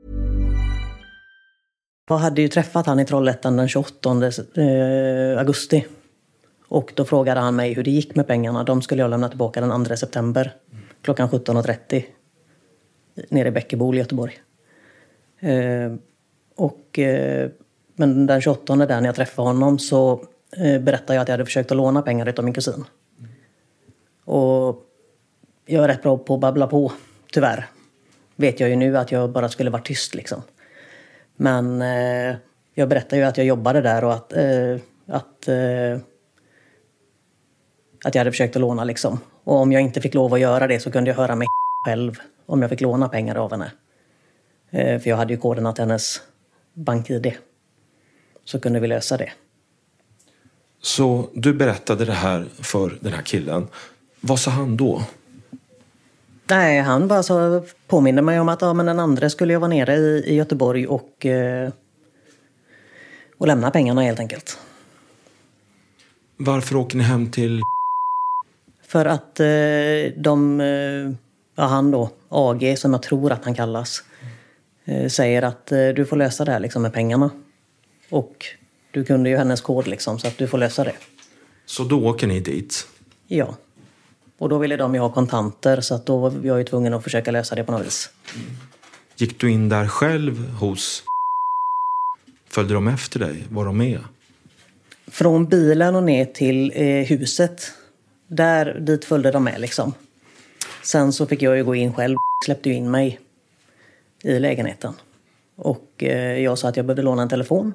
Jag hade ju träffat han i Trollhättan den tjugoåttonde augusti. Och då frågade han mig hur det gick med pengarna. De skulle jag lämna tillbaka den andra september. Klockan sjutton och trettio. Nere i Bäckebol i Göteborg. Eh, och, eh, men den tjugoåttonde där när jag träffade honom så eh, berättade jag att jag hade försökt att låna pengar utav min kusin. Och jag är rätt bra på att babbla på, tyvärr. Vet jag ju nu att jag bara skulle vara tyst liksom. Men eh, jag berättade ju att jag jobbade där och att, eh, att, eh, att jag hade försökt att låna liksom. Och om jag inte fick lov att göra det så kunde jag höra mig själv om jag fick låna pengar av henne. Eh, för jag hade ju koderna till hennes bank-I D. Så kunde vi lösa det. Så du berättade det här för den här killen. Vad sa han då? Nej, han bara så påminner mig om att ja, men den andra skulle jag vara nere i, i Göteborg och, eh, och lämna pengarna helt enkelt. Varför åker ni hem till... För att eh, de, eh, ja han då, A G som jag tror att han kallas, eh, säger att eh, du får lösa det här liksom med pengarna. Och du kunde ju hennes kod liksom så att du får lösa det. Så då åker ni dit? Ja. Och då ville de ju ha kontanter så att då var jag ju tvungen att försöka lösa det på något vis. Gick du in där själv hos... Följde de efter dig? Var de med? Från bilen och ner till eh, huset. Där, dit följde de med liksom. Sen så fick jag ju gå in själv. Släppte ju in mig i lägenheten. Och eh, jag sa att jag behövde låna en telefon.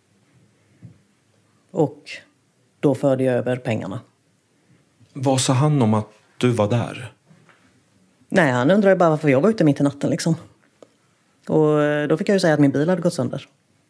Och då förde jag över pengarna. Vad sa han om att du var där? Nej, han undrade bara varför jag var ute mitt i natten liksom. Och då fick jag ju säga att min bil hade gått sönder.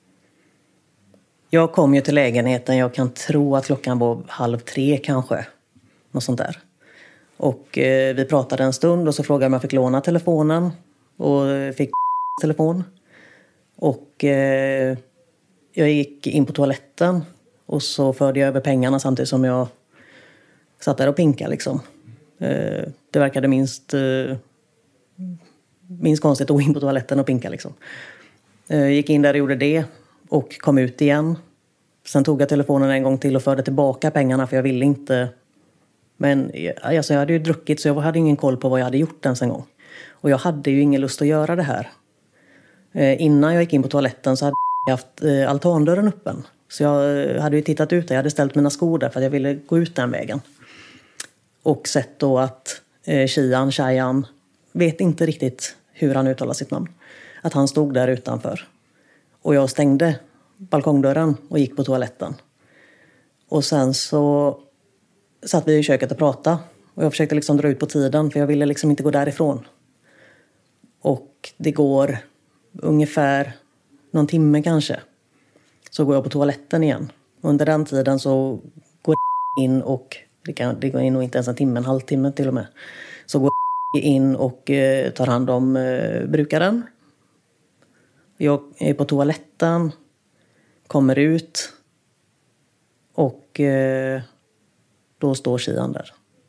Jag kom ju till lägenheten, jag kan tro att klockan var halv tre kanske. Något sånt där. Och eh, vi pratade en stund och så frågade jag om jag fick låna telefonen. Och fick telefon. Och eh, jag gick in på toaletten. Och så förde jag över pengarna samtidigt som jag satt där och pinkade liksom. Eh, det verkade minst, eh, minst konstigt att gå in på toaletten och pinka liksom. Eh, gick in där och gjorde det. Och kom ut igen. Sen tog jag telefonen en gång till och förde tillbaka pengarna för jag ville inte. Men alltså, jag hade ju druckit så jag hade ingen koll på vad jag hade gjort ens en gång. Och jag hade ju ingen lust att göra det här. Eh, innan jag gick in på toaletten så hade jag haft eh, altandörren öppen. Så jag eh, hade ju tittat ut där. Jag hade ställt mina skor där för att jag ville gå ut den vägen. Och sett då att eh, Kian, Shayan, vet inte riktigt hur han uttalar sitt namn. Att han stod där utanför. Och jag stängde balkongdörren och gick på toaletten. Och sen så satt vi i köket och pratade. Och jag försökte liksom dra ut på tiden för jag ville liksom inte gå därifrån. Och det går ungefär någon timme kanske. Så går jag på toaletten igen. Under den tiden så går jag in och det, kan, det går in nog inte ens en timme, en halvtimme till och med. Så går jag in och eh, tar hand om eh, brukaren. Jag är på toaletten, kommer ut och eh, då står Kian där.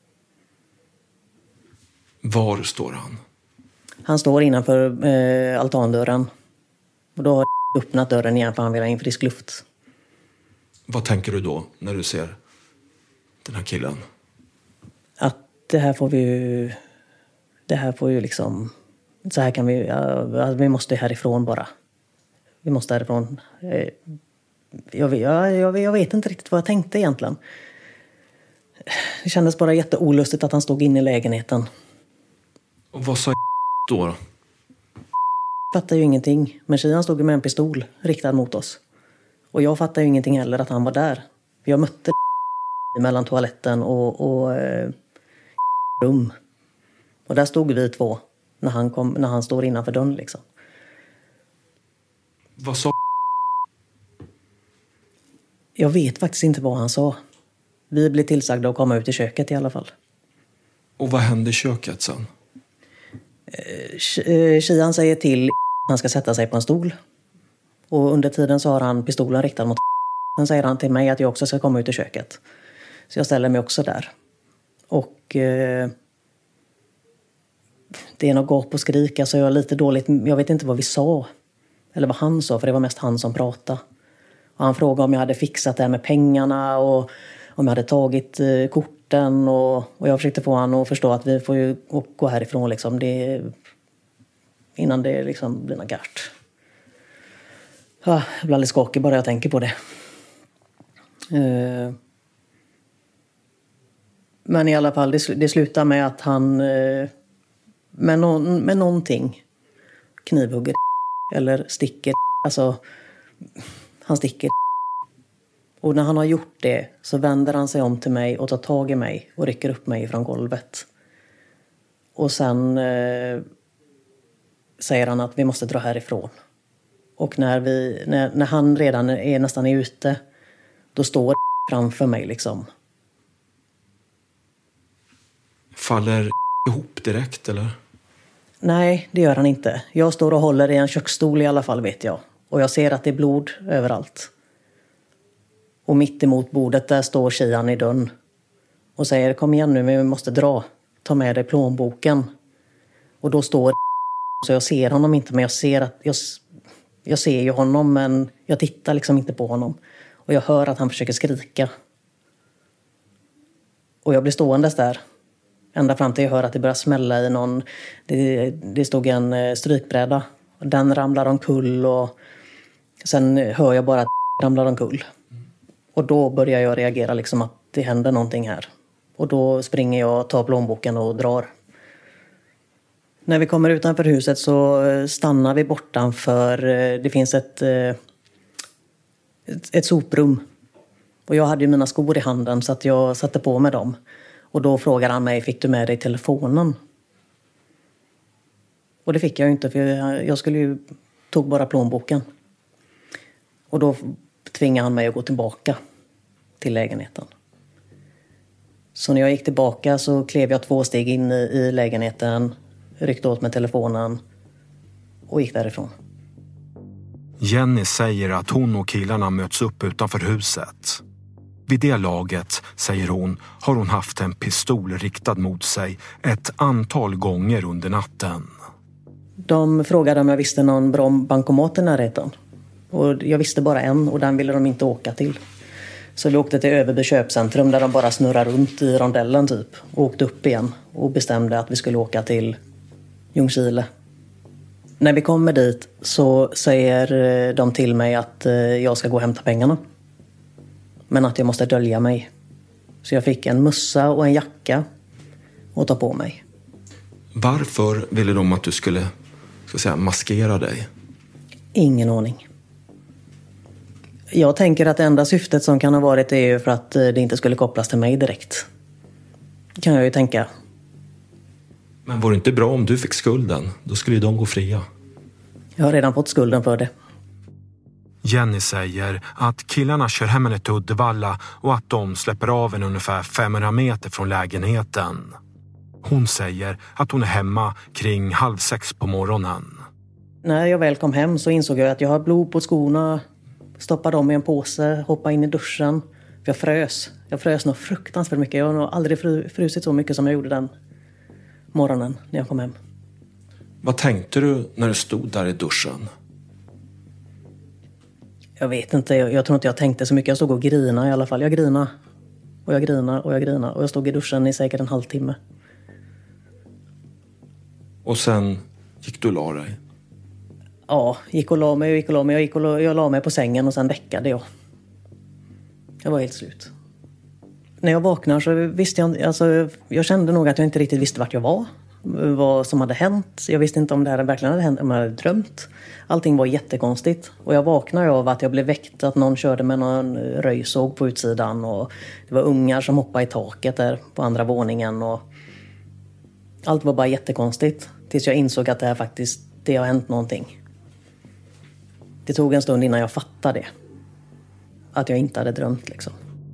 Var står han? Han står innanför eh, altandörren. Och då har jag öppnat dörren igen för han vill ha in frisk luft. Vad tänker du då när du ser den här killen? Att det här får vi ju... Det här får ju liksom... Så här kan vi... Ja, vi måste härifrån bara. Vi måste härifrån. Jag, jag, jag, jag vet inte riktigt vad jag tänkte egentligen. Det kändes bara jätteolustigt att han stod inne i lägenheten. Och vad sa då? Jag fattade ju ingenting. Men Kian stod med en pistol riktad mot oss. Och jag fattade ju ingenting heller att han var där. Jag mötte mellan toaletten och, och eh, rum. Och där stod vi två när han, kom, när han står innanför dörren liksom. Vad sa Jag vet faktiskt inte vad han sa. Vi blev tillsagda att komma ut i köket i alla fall. Och vad hände i köket sen? Kian säger till att han ska sätta sig på en stol. Och under tiden så har han pistolen riktad mot. Sen säger han till mig att jag också ska komma ut i köket. Så jag ställer mig också där. Och eh, det är något gap och skrik. Alltså jag är lite dåligt. Jag vet inte vad vi sa. Eller vad han sa, för det var mest han som pratade. Och han frågade om jag hade fixat det här med pengarna. Och om jag hade tagit eh, korten. Och, och jag försökte få han att förstå att vi får ju gå härifrån liksom. Det, innan det liksom blir något gart. Ja, jag blir alldeles skakig bara jag tänker på det. Uh, men i alla fall, det, det slutar med att han uh, med, någon, med någonting knivhugger eller sticker. Alltså, han sticker. Och när han har gjort det så vänder han sig om till mig och tar tag i mig och rycker upp mig från golvet. Och sen uh, säger han att vi måste dra härifrån. Och när, vi, när, när han redan är nästan är ute, då står framför mig liksom. Faller ihop direkt eller? Nej, det gör han inte. Jag står och håller i en köksstol i alla fall, vet jag. Och jag ser att det är blod överallt. Och mitt emot bordet där står Kian i dörren. Och säger, kom igen nu, men vi måste dra. Ta med dig plånboken. Och då står så jag ser honom inte, men jag ser att jag, jag ser ju honom, men jag tittar liksom inte på honom. Och jag hör att han försöker skrika. Och jag blir ståendes där. Ända fram till jag hör att det börjar smälla i någon. Det, det stod en strykbräda. Den ramlar omkull och sen hör jag bara att ramlar omkull. Och då börjar jag reagera liksom att det händer någonting här. Och då springer jag, tar plånboken och drar. När vi kommer utanför huset så stannar vi bortanför. Det finns ett, ett, ett soprum. Och jag hade ju mina skor i handen så att jag satte på mig dem. Och då frågar han mig, fick du med dig telefonen? Och det fick jag ju inte, för jag, jag skulle ju, tog bara plånboken. Och då tvingade han mig att gå tillbaka till lägenheten. Så när jag gick tillbaka så klev jag två steg in i, i lägenheten, ryckte åt med telefonen och gick därifrån. Jenny säger att hon och killarna möts upp utanför huset. Vid det laget, säger hon, har hon haft en pistol riktad mot sig ett antal gånger under natten. De frågade om jag visste någon bra bankomat i närheten. Och jag visste bara en och den ville de inte åka till. Så vi åkte till Överby köpcentrum där de bara snurrar runt i rondellen typ. Och åkte upp igen och bestämde att vi skulle åka till Ljungskile. När vi kommer dit så säger de till mig att jag ska gå och hämta pengarna. Men att jag måste dölja mig. Så jag fick en mössa och en jacka att ta på mig. Varför ville de att du skulle, ska säga, maskera dig? Ingen aning. Jag tänker att det enda syftet som kan ha varit är ju för att det inte skulle kopplas till mig direkt. Kan jag ju tänka. Men var det inte bra om du fick skulden? Då skulle ju de gå fria. Jag har redan fått skulden för det. Jenny säger att killarna kör hem henne till Uddevalla och att de släpper av en ungefär femhundra meter från lägenheten. Hon säger att hon är hemma kring halv sex på morgonen. När jag väl kom hem så insåg jag att jag har blod på skorna. Stoppade dem i en påse, hoppade in i duschen. För jag frös. Jag frös nog fruktansvärt mycket. Jag har nog aldrig fru, frusit så mycket som jag gjorde den morgonen när jag kom hem. Vad tänkte du när du stod där i duschen? Jag vet inte, jag, jag tror inte jag tänkte så mycket. Jag stod och grina i alla fall. Jag grina och jag grina och jag grina. Och jag stod i duschen i säkert en halvtimme. Och sen gick du och la dig? Ja, gick och la mig och gick och la mig. Jag, gick och la, jag la mig på sängen och sen däckade jag. Jag var helt slut. När jag vaknade så visste jag, alltså, jag kände nog att jag inte riktigt visste vart jag var. Vad som hade hänt. Jag visste inte om det här verkligen hade hänt, om jag hade drömt. Allting var jättekonstigt. Och jag vaknade av att jag blev väckt, att någon körde med någon röjsåg på utsidan. Och det var ungar som hoppade i taket där på andra våningen. Och allt var bara jättekonstigt. Tills jag insåg att det här faktiskt, det har hänt någonting. Det tog en stund innan jag fattade det. att jag inte hade drömt liksom.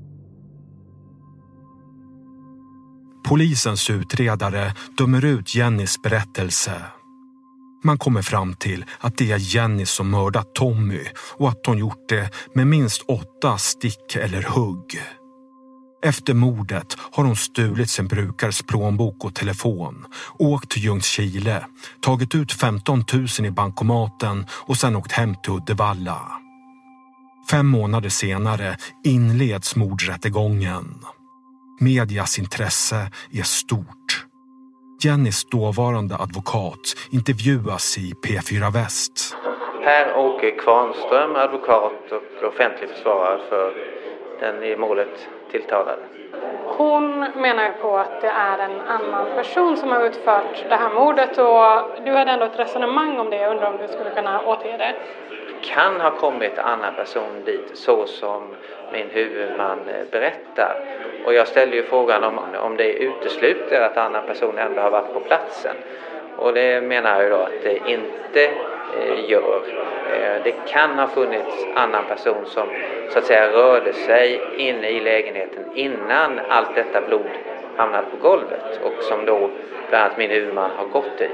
Polisens utredare dömer ut Jennys berättelse. Man kommer fram till att det är Jenny som mördat Tommy och att hon gjort det med minst åtta stick eller hugg. Efter mordet har hon stulit sin brukares plånbok och telefon, åkt till Ljungskile, tagit ut femton tusen i bankomaten och sen åkt hem till Uddevalla. Fem månader senare inleds mordrättegången. Medias intresse är stort. Jennys dåvarande advokat intervjuas i P fyra Väst. Per-Åke Kvarnström, advokat och offentlig försvarare för den i målet tilltalade. Hon menar ju på att det är en annan person som har utfört det här mordet och du hade ändå ett resonemang om det. Jag undrar om du skulle kunna återge det. Kan ha kommit en annan person dit så som min huvudman berättar. Och jag ställde ju frågan om, om det utesluter att en annan person ändå har varit på platsen. Och det menar jag ju då att det inte eh, gör. Eh, det kan ha funnits annan person som så att säga rörde sig inne i lägenheten innan allt detta blod hamnade på golvet. Och som då bland annat min huvudman har gått i.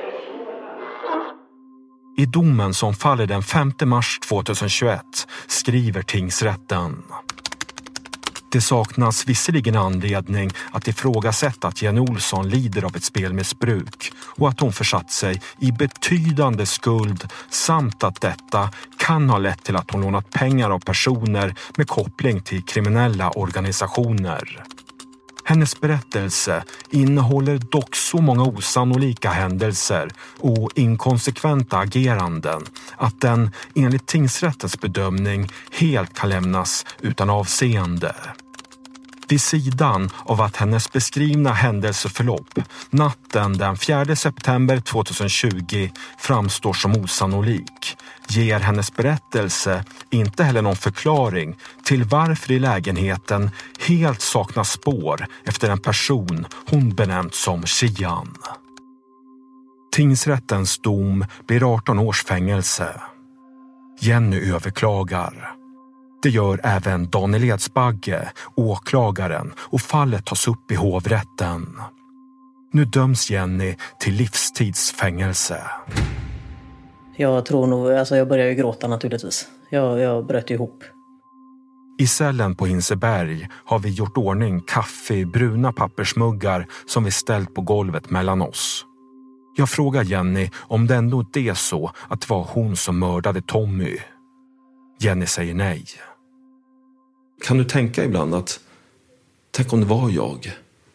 I domen som faller den femte mars tjugohundratjugoett skriver tingsrätten: det saknas visserligen anledning att ifrågasätta att Jenny Olsson lider av ett spelmissbruk och att hon försatt sig i betydande skuld samt att detta kan ha lett till att hon lånat pengar av personer med koppling till kriminella organisationer. Hennes berättelse innehåller dock så många osannolika händelser och inkonsekventa ageranden att den enligt tingsrättens bedömning helt kan lämnas utan avseende. Vid sidan av att hennes beskrivna händelseförlopp natten den fjärde september tjugohundratjugo framstår som osannolik ger hennes berättelse inte heller någon förklaring till varför i lägenheten helt saknas spår efter en person hon benämnt som Xian. Tingsrättens dom blir arton års fängelse. Jenny överklagar. Det gör även Daniel Edsbagge, åklagaren, och fallet tas upp i hovrätten. Nu döms Jenny till livstidsfängelse. Jag tror nog, alltså jag började ju gråta naturligtvis. Jag, jag bröt ihop. I cellen på Hinseberg har vi gjort ordning kaffe i bruna pappersmuggar som vi ställt på golvet mellan oss. Jag frågar Jenny om det ändå inte är så att det var hon som mördade Tommy. Jenny säger nej. Kan du tänka ibland att tänk om det var jag?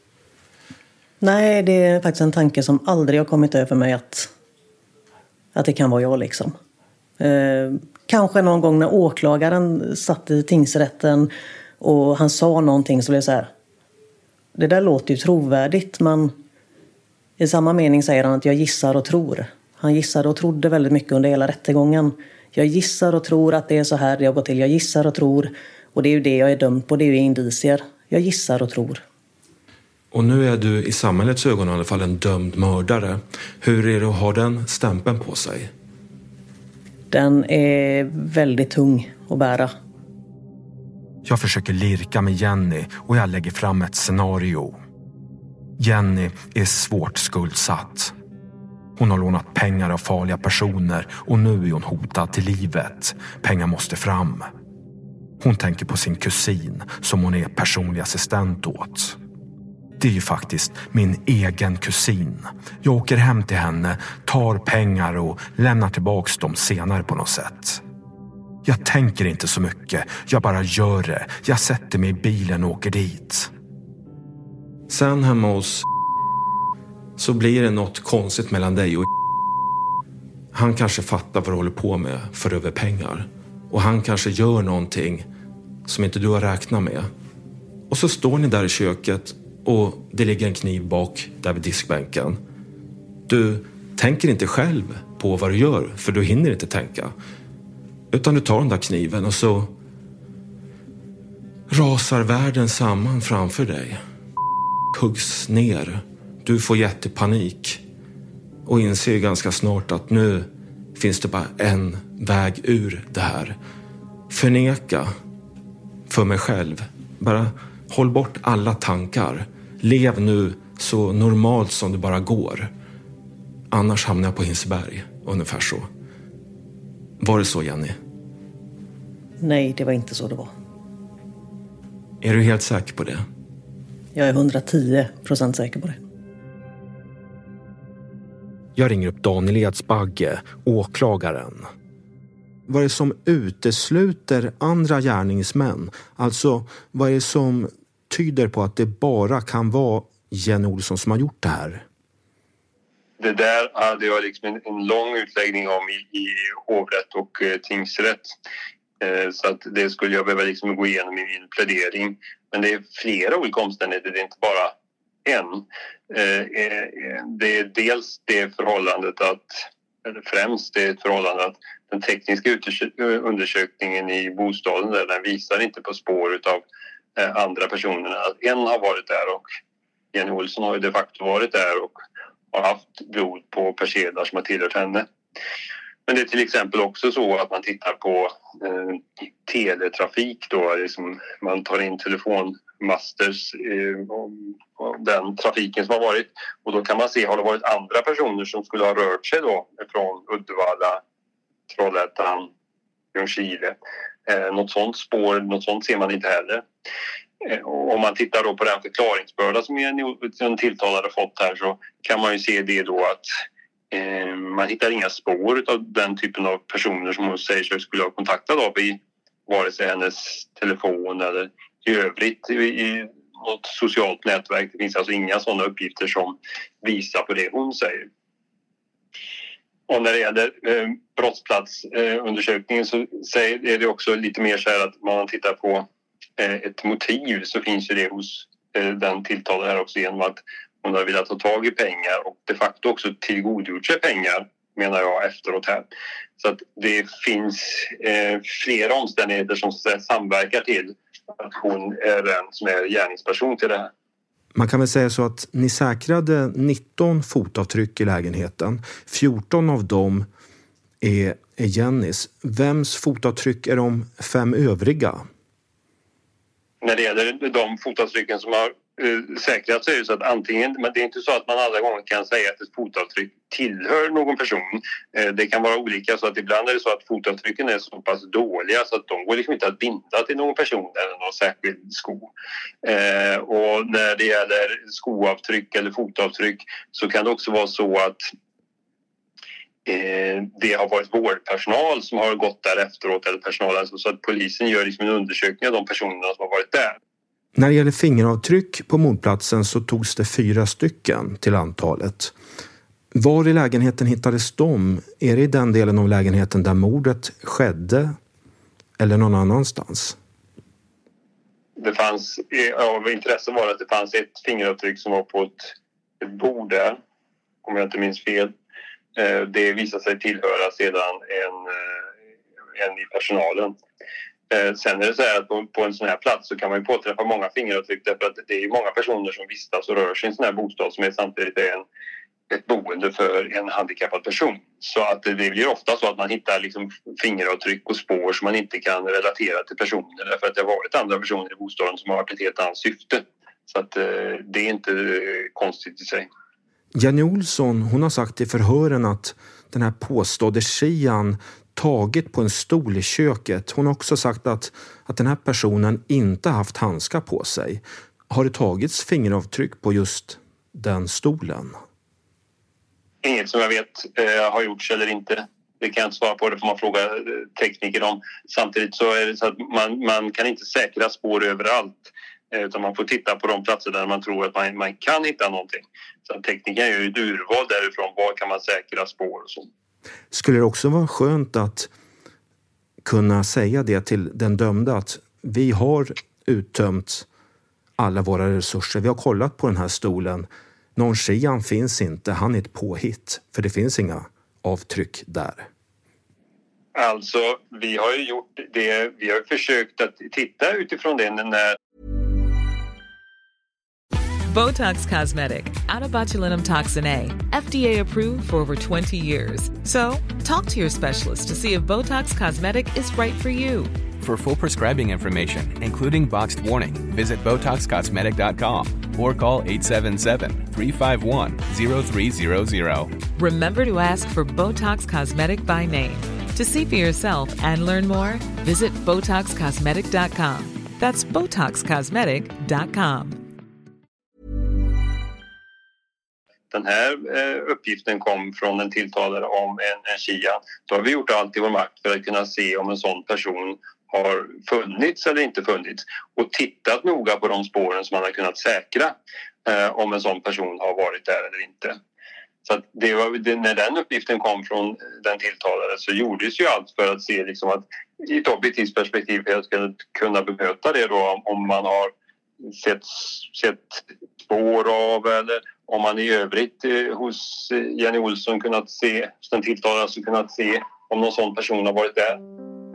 Nej, det är faktiskt en tanke som aldrig har kommit över mig att, att det kan vara jag liksom. Eh, kanske någon gång när åklagaren satt i tingsrätten och han sa någonting så blev det så här. Det där låter ju trovärdigt, men i samma mening säger han att jag gissar och tror. Han gissade och trodde väldigt mycket under hela rättegången. Jag gissar och tror att det är så här det har gått till. Jag gissar och tror. Och det är ju det jag är dömd på. Det är ju indicier. Jag gissar och tror. Och nu är du i samhällets ögon i alla fall en dömd mördare. Hur är det att ha den stämpeln på sig? Den är väldigt tung att bära. Jag försöker lirka med Jenny och jag lägger fram ett scenario. Jenny är svårt skuldsatt. Hon har lånat pengar av farliga personer och nu är hon hotad till livet. Pengar måste fram. Hon tänker på sin kusin som hon är personlig assistent åt. Det är ju faktiskt min egen kusin. Jag åker hem till henne, tar pengar och lämnar tillbaks dem senare på något sätt. Jag tänker inte så mycket, jag bara gör det. Jag sätter mig i bilen och åker dit. Sen hemma hos så blir det något konstigt mellan dig och han kanske fattar vad du håller på med för över pengar. Och han kanske gör någonting som inte du har räknat med. Och så står ni där i köket och det ligger en kniv bak där vid diskbänken. Du tänker inte själv på vad du gör för du hinner inte tänka. Utan du tar den där kniven och så rasar världen samman framför dig. Huggs ner. Du får jättepanik och inser ganska snart att nu finns det bara en väg ur det här. Förneka. för mig själv. Bara håll bort alla tankar. Lev nu så normalt som det bara går. Annars hamnar jag på Hinseberg, ungefär så. Var det så, Jenny? Nej, det var inte så det var. Är du helt säker på det? Jag är hundratio procent säker på det. Jag ringer upp Daniel Edsbagge, åklagaren. Vad är det som utesluter andra gärningsmän? Alltså, vad är det som tyder på att det bara kan vara Jenny Olsson som har gjort det här? Det där hade jag liksom en, en lång utläggning om i, i hovrätt och eh, tingsrätt. Eh, så att det skulle jag behöva liksom gå igenom i min plädering. Men det är flera olika omständigheter, det är inte bara en. Eh, eh, det är dels det förhållandet att, eller främst det är ett förhållande att den tekniska undersökningen i bostaden där, den visar inte på spår av eh, andra personer. Att en har varit där och Jenny Olsson har ju de facto varit där och har haft blod på persedlar som har tillhört henne. Men det är till exempel också så att man tittar på eh, teletrafik då, liksom man tar in telefonmasters eh, om, om den trafiken som har varit, och då kan man se, har det varit andra personer som skulle ha rört sig då från Uddevalla, Trollhättan, Ljungskile. Eh, något sånt spår, något sånt ser man inte heller. Eh, och om man tittar då på den förklaringsbörda som en tilltalade fått här, så kan man ju se det då att eh, man hittar inga spår av den typen av personer som hon säger sig skulle ha kontaktat av i vare sig hennes telefon eller i övrigt i, i något socialt nätverk. Det finns alltså inga sådana uppgifter som visar på det hon säger. Och när det gäller eh, brottsplatsundersökningen eh, så säger, är det också lite mer så här att man tittar på eh, ett motiv, så finns ju det hos eh, den tilltalade här också genom att hon har velat ta tag i pengar och de facto också tillgodogjort sig pengar, menar jag, efteråt här. Så att det finns eh, flera omständigheter som så att säga, samverkar till att hon är den som är gärningsperson till det här. Man kan väl säga så att ni säkrade nitton fotavtryck i lägenheten. fjorton av dem är, är Jennys. Vems fotavtryck är de fem övriga? När det gäller de fotavtrycken som har uh, säkrats så är det så att antingen, men det är inte så att man alla gånger kan säga att ett fotavtryck tillhör någon person. Uh, det kan vara olika, så att ibland är det så att fotavtrycken är så pass dåliga så att de går liksom inte att binda till någon person eller någon särskild sko. Uh, och när det gäller skoavtryck eller fotavtryck så kan det också vara så att Eh, det har varit vårdpersonal som har gått där efteråt, eller personal, alltså, så att polisen gör liksom en undersökning av de personerna som har varit där. När det gäller fingeravtryck på mordplatsen så togs det fyra stycken till antalet. Var i lägenheten hittades de? Är det i den delen av lägenheten där mordet skedde eller någon annanstans? Det fanns, av intresse var att det fanns ett fingeravtryck som var på ett, ett bord där, om jag inte minns fel. Det visade sig tillhöra sedan en, en i personalen. Sen är det så här att på, på en sån här plats så kan man ju påträffa många fingeravtryck, därför att det är ju många personer som vistas och rör sig i en sån här bostad som är samtidigt en, ett boende för en handikappad person. Så att det blir ofta så att man hittar liksom fingeravtryck och spår som man inte kan relatera till personer, därför att det har varit andra personer i bostaden som har varit ett helt annat syfte. Så att det är inte konstigt i sig. Jenny Olsson, hon har sagt i förhören att den här påstådde Shian tagit på en stol i köket. Hon har också sagt att, att den här personen inte haft handskar på sig. Har det tagits fingeravtryck på just den stolen? Inget som jag vet eh, har gjorts eller inte. Det kan jag inte svara på, det får man fråga tekniker om. Samtidigt så är det så att man, man kan inte säkra spår överallt. Utan man får titta på de platser där man tror att man, man kan hitta någonting. Så tekniken gör ju ett urval därifrån. Var kan man säkra spår och så. Skulle det också vara skönt att kunna säga det till den dömda, att vi har uttömt alla våra resurser. Vi har kollat på den här stolen. Någon Shian finns inte. Han är ett påhitt. För det finns inga avtryck där. Alltså, vi har ju gjort det. Vi har försökt att titta utifrån det när... Botox Cosmetic, out of botulinum toxin A, F D A approved for over twenty years. So, talk to your specialist to see if Botox Cosmetic is right for you. For full prescribing information, including boxed warning, visit Botox Cosmetic dot com or call eight seven seven, three five one, zero three zero zero. Remember to ask for Botox Cosmetic by name. To see for yourself and learn more, visit Botox Cosmetic dot com. That's Botox Cosmetic dot com. Den här eh, uppgiften kom från en tilltalare om en, en Shia. Då har vi gjort allt i vår makt för att kunna se om en sån person har funnits eller inte funnits. Och tittat noga på de spåren som man har kunnat säkra eh, om en sån person har varit där eller inte. Så att det var, det, när den uppgiften kom från den tilltalare så gjordes ju allt för att se liksom att i ett objektivt perspektiv för att kunna bemöta det då om man har sett, sett spår av eller om man i övrigt eh, hos Jenny Olsson kunnat se, den tilltalare alltså kunnat se om någon sån person har varit där.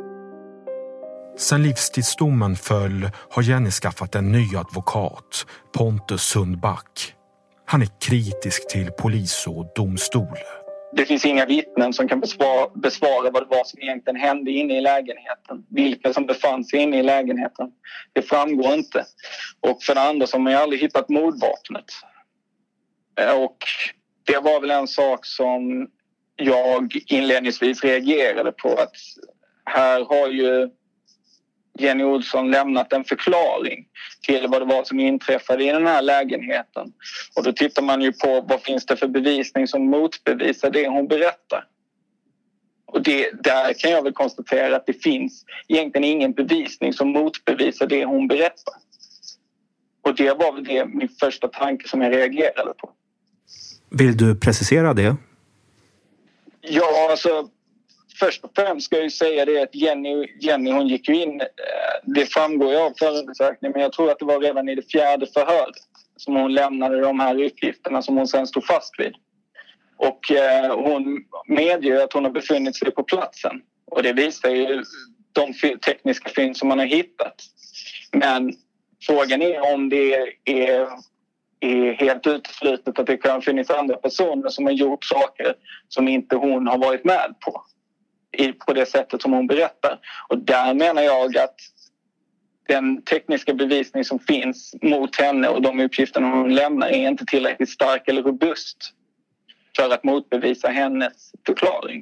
Sen livstidsdomen föll har Jenny skaffat en ny advokat, Pontus Sundback. Han är kritisk till polis och domstol. Det finns inga vittnen som kan besvara, besvara vad det var som egentligen hände inne i lägenheten. Vilka som befann sig inne i lägenheten. Det framgår inte. Och för det andra så har man ju aldrig hittat mordvapnet. Och det var väl en sak som jag inledningsvis reagerade på. Att här har ju Jenny Olsson lämnat en förklaring till vad det var som inträffade i den här lägenheten. Och då tittar man ju på vad finns det för bevisning som motbevisar det hon berättar. Och det, där kan jag väl konstatera att det finns egentligen ingen bevisning som motbevisar det hon berättar. Och det var väl det min första tanke som jag reagerade på. Vill du precisera det? Ja, alltså först och främst ska jag ju säga det att Jenny, Jenny hon gick ju in, det framgår ju av förundersökningen, men jag tror att det var redan i det fjärde förhöret som hon lämnade de här uppgifterna som hon sen stod fast vid. Och eh, hon medger att hon har befunnit sig på platsen. Och det visar ju de tekniska fynd som man har hittat. Men frågan är om det är, är helt uteslutet att det kan finnas andra personer som har gjort saker som inte hon har varit med på. I, på det sättet som hon berättar. Och där menar jag att den tekniska bevisning som finns mot henne och de uppgifterna hon lämnar är inte tillräckligt stark eller robust för att motbevisa hennes förklaring.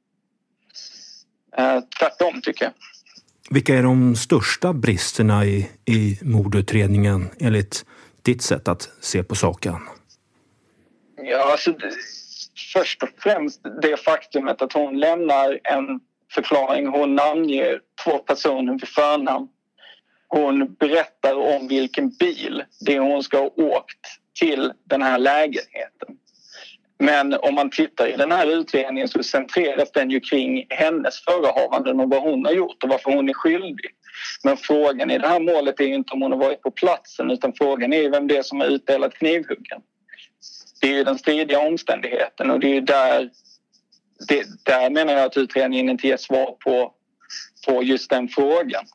Eh, tvärtom tycker jag. Vilka är de största bristerna i, i mordutredningen enligt ditt sätt att se på saken? Ja, alltså det, först och främst det faktumet att hon lämnar en förklaring. Hon namnger två personer vid förnamn. Hon berättar om vilken bil det är hon ska ha åkt till den här lägenheten. Men om man tittar i den här utredningen så centreras den ju kring hennes förehavanden och vad hon har gjort och varför hon är skyldig. Men frågan i det här målet är ju inte om hon har varit på platsen, utan frågan är ju vem det är som har utdelat knivhuggen. Det är ju den stridiga omständigheten, och det är ju där, det, där menar jag att utredningen inte ger svar på, på just den frågan.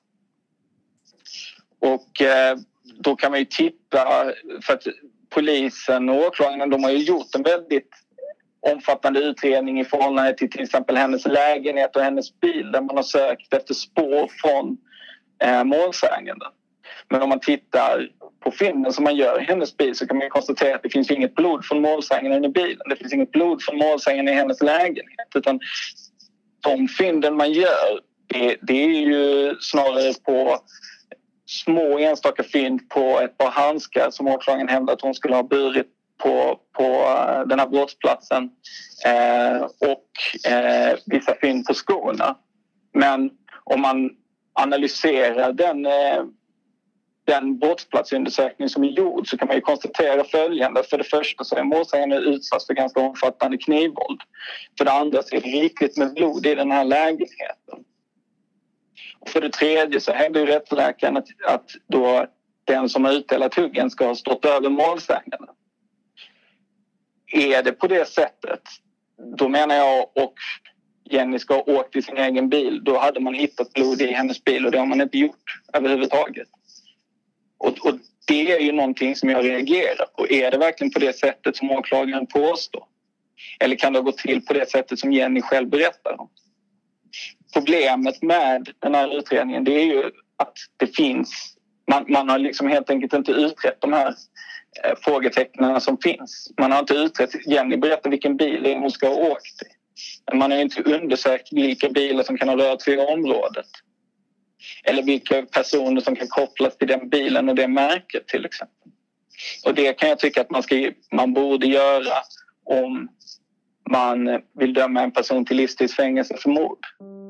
Och eh, då kan man ju titta, för att polisen och åklagaren, de har ju gjort en väldigt omfattande utredning i förhållande till till exempel hennes lägenhet och hennes bil, där man har sökt efter spår från eh, målsäganden. Men om man tittar på fynden som man gör i hennes bil så kan man konstatera att det finns inget blod från målsäganden i bilen. Det finns inget blod från målsäganden i hennes lägenhet. Utan de fynden man gör, det, det är ju snarare på små enstaka fynd på ett par handskar som åklagaren hävdar att hon skulle ha burit på, på den här brottsplatsen. Eh, och eh, vissa fynd på skorna. Men om man analyserar den... Eh, den brottsplatsundersökning som är gjord, så kan man ju konstatera följande. För det första så är målsäganden utsatt för ganska omfattande knivvåld. För det andra så är det rikligt med blod i den här lägenheten. Och för det tredje så hävdar ju rättsläkaren att, att då den som har utdelat huggen ska ha stått över målsäganden. Är det på det sättet, då menar jag, och Jenny ska ha åkt i sin egen bil, då hade man hittat blod i hennes bil, och det har man inte gjort överhuvudtaget. Och, och det är ju någonting som jag reagerar på. Är det verkligen på det sättet som åklagaren påstår? Eller kan det gå till på det sättet som Jenny själv berättar om? problemet med den här utredningen, det är ju att det finns, man, man har liksom helt enkelt inte utrett de här eh, frågetecknen som finns. Man har inte utrett, Jenny berättar vilken bil hon ska ha åkt i. Man har inte undersökt vilka bilar som kan ha rört sig i området. Eller vilka personer som kan kopplas till den bilen och det märket till exempel. Och det kan jag tycka att man, ska, man borde göra om man vill döma en person till livstidsfängelse för mord.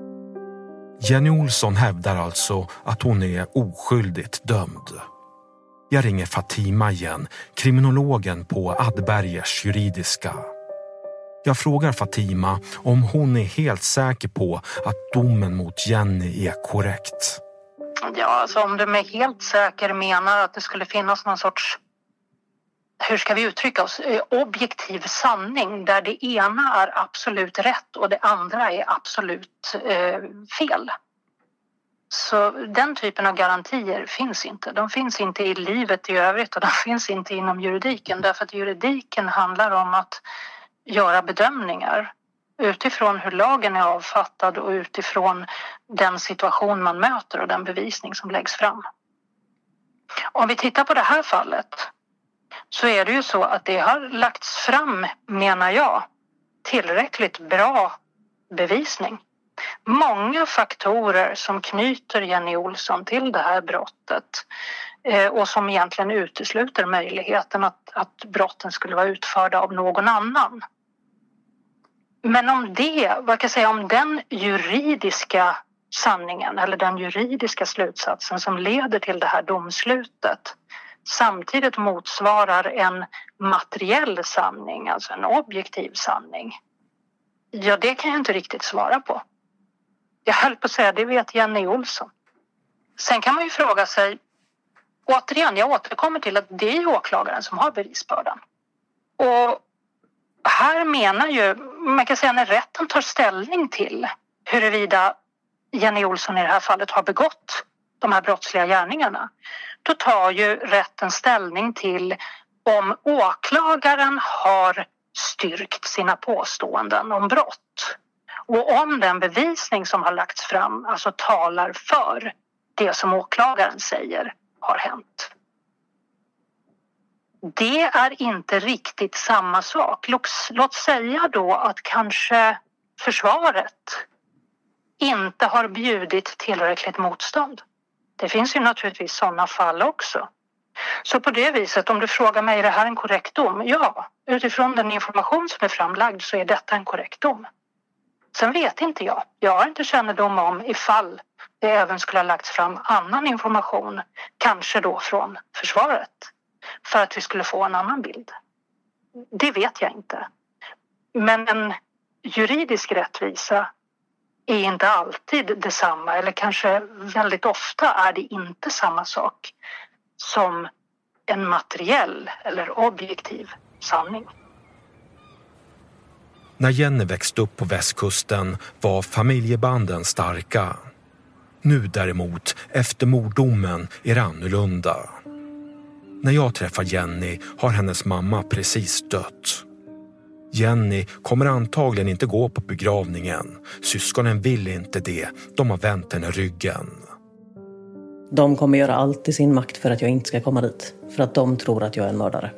Jenny Olsson hävdar alltså att hon är oskyldigt dömd. Jag ringer Fatima igen, kriminologen på Adbergers juridiska. Jag frågar Fatima om hon är helt säker på att domen mot Jenny är korrekt. Ja, alltså om du med helt säker menar att det skulle finnas någon sorts, hur ska vi uttrycka oss, objektiv sanning där det ena är absolut rätt och det andra är absolut eh, fel. Så den typen av garantier finns inte. De finns inte i livet i övrigt och de finns inte inom juridiken. Därför att juridiken handlar om att göra bedömningar utifrån hur lagen är avfattad och utifrån den situation man möter och den bevisning som läggs fram. Om vi tittar på det här fallet så är det ju så att det har lagts fram, menar jag, tillräckligt bra bevisning. Många faktorer som knyter Jenny Olsson till det här brottet eh, och som egentligen utesluter möjligheten att, att brotten skulle vara utförda av någon annan. Men om det, vad kan jag säga, om den juridiska sanningen eller den juridiska slutsatsen som leder till det här domslutet samtidigt motsvarar en materiell sanning, alltså en objektiv sanning. Ja, det kan jag inte riktigt svara på. Jag höll på att säga, det vet Jenny Olsson. Sen kan man ju fråga sig, återigen, jag återkommer till att det är åklagaren som har bevisbördan. Och här menar ju, man kan säga när rätten tar ställning till huruvida Jenny Olsson i det här fallet har begått de här brottsliga gärningarna, då tar ju rätten ställning till om åklagaren har styrkt sina påståenden om brott. Och om den bevisning som har lagts fram alltså talar för det som åklagaren säger har hänt. Det är inte riktigt samma sak. Låt, låt säga då att kanske försvaret inte har bjudit tillräckligt motstånd. Det finns ju naturligtvis sådana fall också. Så på det viset, om du frågar mig, är det här en korrekt dom? Ja, utifrån den information som är framlagd så är detta en korrekt dom. Sen vet inte jag. Jag har inte kännedom om ifall det även skulle ha lagts fram annan information, kanske då från försvaret, för att vi skulle få en annan bild. Det vet jag inte. Men en juridisk rättvisa är inte alltid detsamma, eller kanske väldigt ofta är det inte samma sak som en materiell eller objektiv sanning. När Jenny växte upp på västkusten var familjebanden starka. Nu däremot, efter morddomen, är det annorlunda. När jag träffar Jenny har hennes mamma precis dött. Jenny kommer antagligen inte gå på begravningen. Syskonen vill inte det. De har vänt henne ryggen. De kommer göra allt i sin makt för att jag inte ska komma dit. För att de tror att jag är en mördare.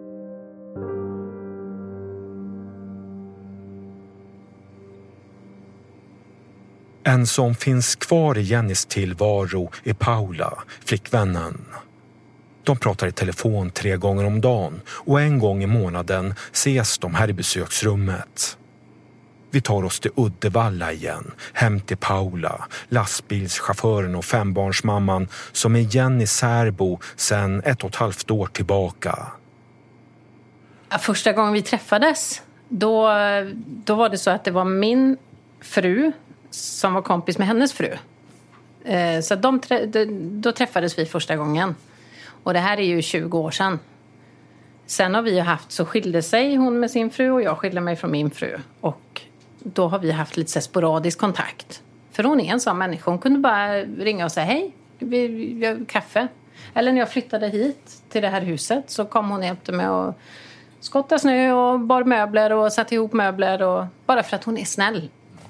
En som finns kvar i Jennys tillvaro är Paula, flickvännen. De pratar i telefon tre gånger om dagen och en gång i månaden ses de här i besöksrummet. Vi tar oss till Uddevalla igen, hem till Paula, lastbilschauffören och fembarnsmamman som är Jennys särbo sedan ett och ett halvt år tillbaka. Första gången vi träffades, då, då var det så att det var min fru som var kompis med hennes fru. Så de, då träffades vi första gången. Och det här är ju tjugo år sedan. Sen har vi ju haft, så skilde sig hon med sin fru och jag skilde mig från min fru. Och då har vi haft lite så sporadisk kontakt. För hon är en sån människa. Hon kunde bara ringa och säga hej, vi gör kaffe. Eller när jag flyttade hit till det här huset så kom hon och hjälpte mig att skotta snö och bar möbler och satte ihop möbler. Och, bara för att hon är snäll.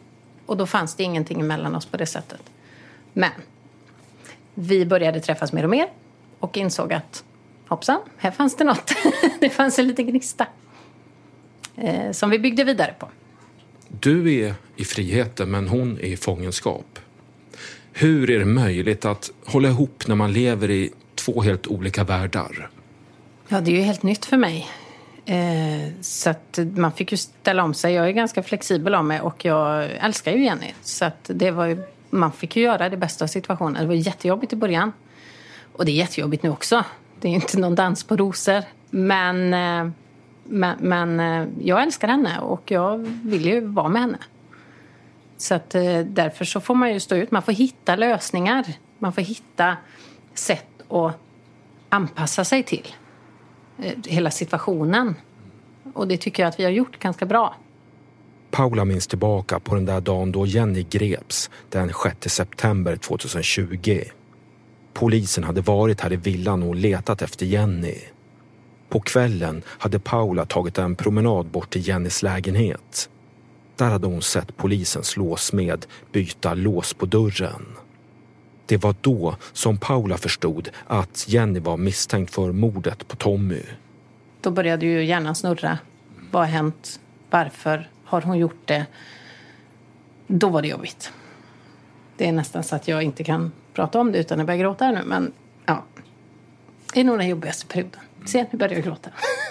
Och då fanns det ingenting mellan oss på det sättet. Men vi började träffas mer och mer. Och insåg att hoppsan, här fanns det något. Det fanns en liten gnista. Eh, som vi byggde vidare på. Du är i friheten men hon är i fångenskap. Hur är det möjligt att hålla ihop när man lever i två helt olika världar? Ja, det är ju helt nytt för mig. Eh, så att man fick ju ställa om sig. Jag är ganska flexibel av mig och jag älskar ju Jenny. Så att det var ju, man fick ju göra det bästa av situationen. Det var jättejobbigt i början. Och det är jättejobbigt nu också. Det är inte någon dans på rosor. Men, eh, men, men eh, jag älskar henne och jag vill ju vara med henne. Så att eh, därför så får man ju stå ut. Man får hitta lösningar. Man får hitta sätt att anpassa sig till hela situationen. Och det tycker jag att vi har gjort ganska bra. Paula minns tillbaka på den där dagen då Jenny greps den sjätte september tjugohundratjugo. Polisen hade varit här i villan och letat efter Jenny. På kvällen hade Paula tagit en promenad bort till Jennys lägenhet. Där hade hon sett polisens låsmed byta lås på dörren. Det var då som Paula förstod att Jenny var misstänkt för mordet på Tommy. Då började ju hjärnan snurra. Vad har hänt? Varför har hon gjort det? Då var det jobbigt. Det är nästan så att jag inte kan prata om det utan att börja gråta nu. Men ja, det är nog den jobbigaste perioden. Se, nu börjar jag gråta.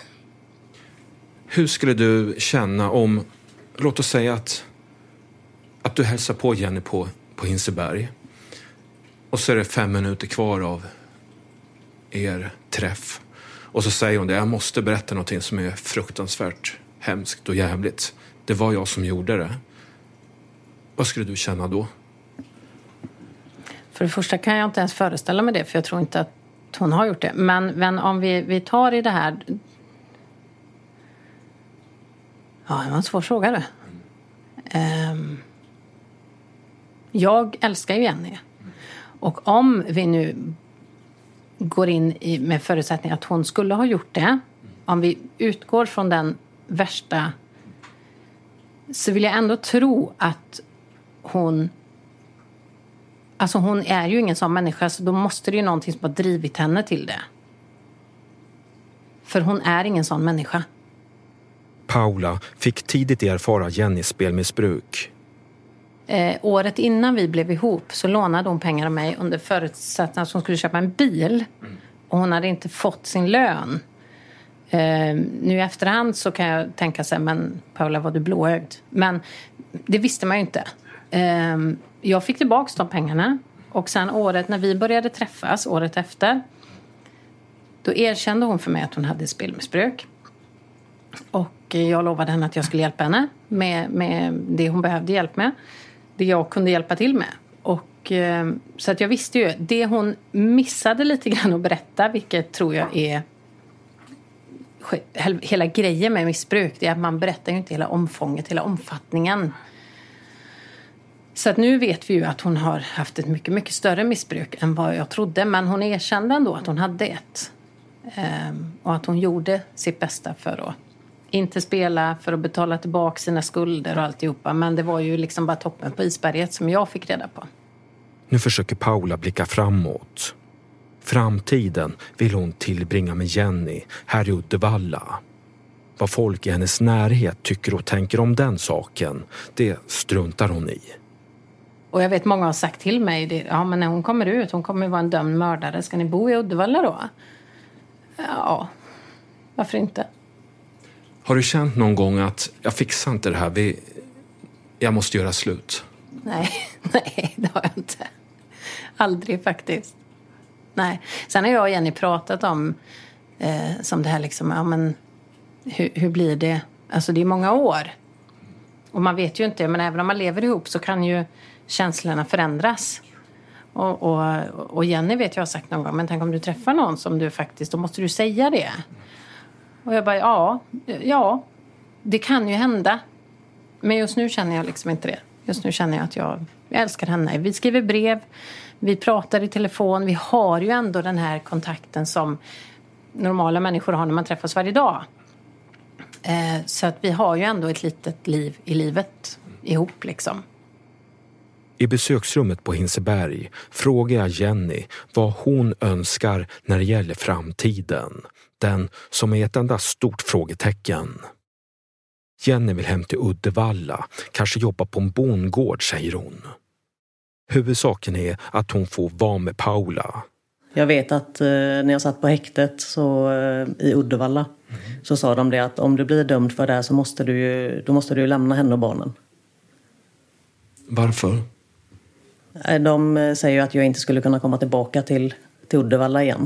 Hur skulle du känna om, låt oss säga att, att du hälsar på Jenny på, på Hinseberg. Och så är det fem minuter kvar av er träff. Och så säger hon det, jag måste berätta någonting som är fruktansvärt hemskt och jävligt. Det var jag som gjorde det. Vad skulle du känna då? För det första kan jag inte ens föreställa mig det. För jag tror inte att hon har gjort det. Men, men om vi, vi tar i det här... Ja, det var en svår fråga det. Um, jag älskar ju Jenny. Och om vi nu går in i, med förutsättning att hon skulle ha gjort det. Om vi utgår från den värsta. Så vill jag ändå tro att hon. Alltså hon är ju ingen sån människa. Så då måste det ju någonting som har drivit henne till det. För hon är ingen sån människa. Paula fick tidigt erfara Jennys spelmissbruk. Eh, året innan vi blev ihop så lånade hon pengar av mig under förutsättning att hon skulle köpa en bil. Mm. Och hon hade inte fått sin lön. Eh, nu i efterhand så kan jag tänka sig, men Paula, var du blåögd? Men det visste man ju inte. Eh, jag fick tillbaka de pengarna. Och sen året när vi började träffas, året efter. Då erkände hon för mig att hon hade spelmissbruk. Och jag lovade henne att jag skulle hjälpa henne med, med det hon behövde hjälp med. Det jag kunde hjälpa till med. Och, så att jag visste ju, det hon missade lite grann att berätta, vilket tror jag är hela grejen med missbruk, det är att man berättar ju inte hela omfånget, hela omfattningen. Så att nu vet vi ju att hon har haft ett mycket, mycket större missbruk än vad jag trodde. Men hon erkände ändå att hon hade ett. Ehm, och att hon gjorde sitt bästa för att inte spela, för att betala tillbaka sina skulder och alltihopa. Men det var ju liksom bara toppen på isberget som jag fick reda på. Nu försöker Paula blicka framåt. Framtiden vill hon tillbringa med Jenny här i Uddevalla. Vad folk i hennes närhet tycker och tänker om den saken, det struntar hon i. Och jag vet många har sagt till mig, det, ja men när hon kommer ut, hon kommer vara en dömd mördare. Ska ni bo i Uddevalla då? Ja, varför inte? Har du känt någon gång att jag fixar inte det här, vi, jag måste göra slut? Nej, nej, det har jag inte. Aldrig faktiskt. Nej. Sen har jag och Jenny pratat om eh, som det här liksom, ja men hur, hur blir det? Alltså det är många år. Och man vet ju inte, men även om man lever ihop så kan ju känslorna förändras. Och, och, och Jenny vet jag har sagt någon gång, men tänk om du träffar någon som du faktiskt, då måste du säga det. Och jag bara, ja, ja, det kan ju hända. Men just nu känner jag liksom inte det. Just nu känner jag att jag, jag älskar henne. Vi skriver brev, vi pratar i telefon. Vi har ju ändå den här kontakten som normala människor har när man träffas varje dag. Eh, så att vi har ju ändå ett litet liv i livet ihop liksom. I besöksrummet på Hinseberg frågar jag Jenny vad hon önskar när det gäller framtiden. Den som är ett enda stort frågetecken. Jenny vill hem till Uddevalla, kanske jobba på en bondgård, säger hon. Huvudsaken är att hon får vara med Paula. Jag vet att eh, när jag satt på häktet så, eh, i Uddevalla mm. så sa de det att om du blir dömd för det här så måste du ju, då måste du lämna henne och barnen. Varför? De säger ju att jag inte skulle kunna komma tillbaka till, till Uddevalla igen.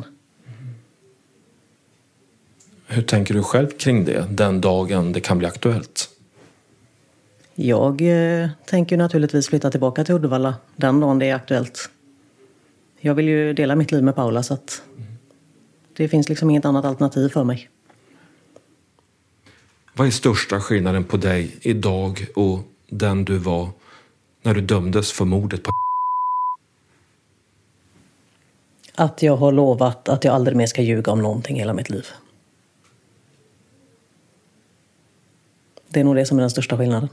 Hur tänker du själv kring det den dagen det kan bli aktuellt? Jag eh, tänker naturligtvis flytta tillbaka till Uddevalla den dagen det är aktuellt. Jag vill ju dela mitt liv med Paula så att det finns liksom inget annat alternativ för mig. Vad är största skillnaden på dig idag och den du var när du dömdes för mordet på... Att jag har lovat att jag aldrig mer ska ljuga om någonting hela mitt liv. Det är nog det som är den största skillnaden.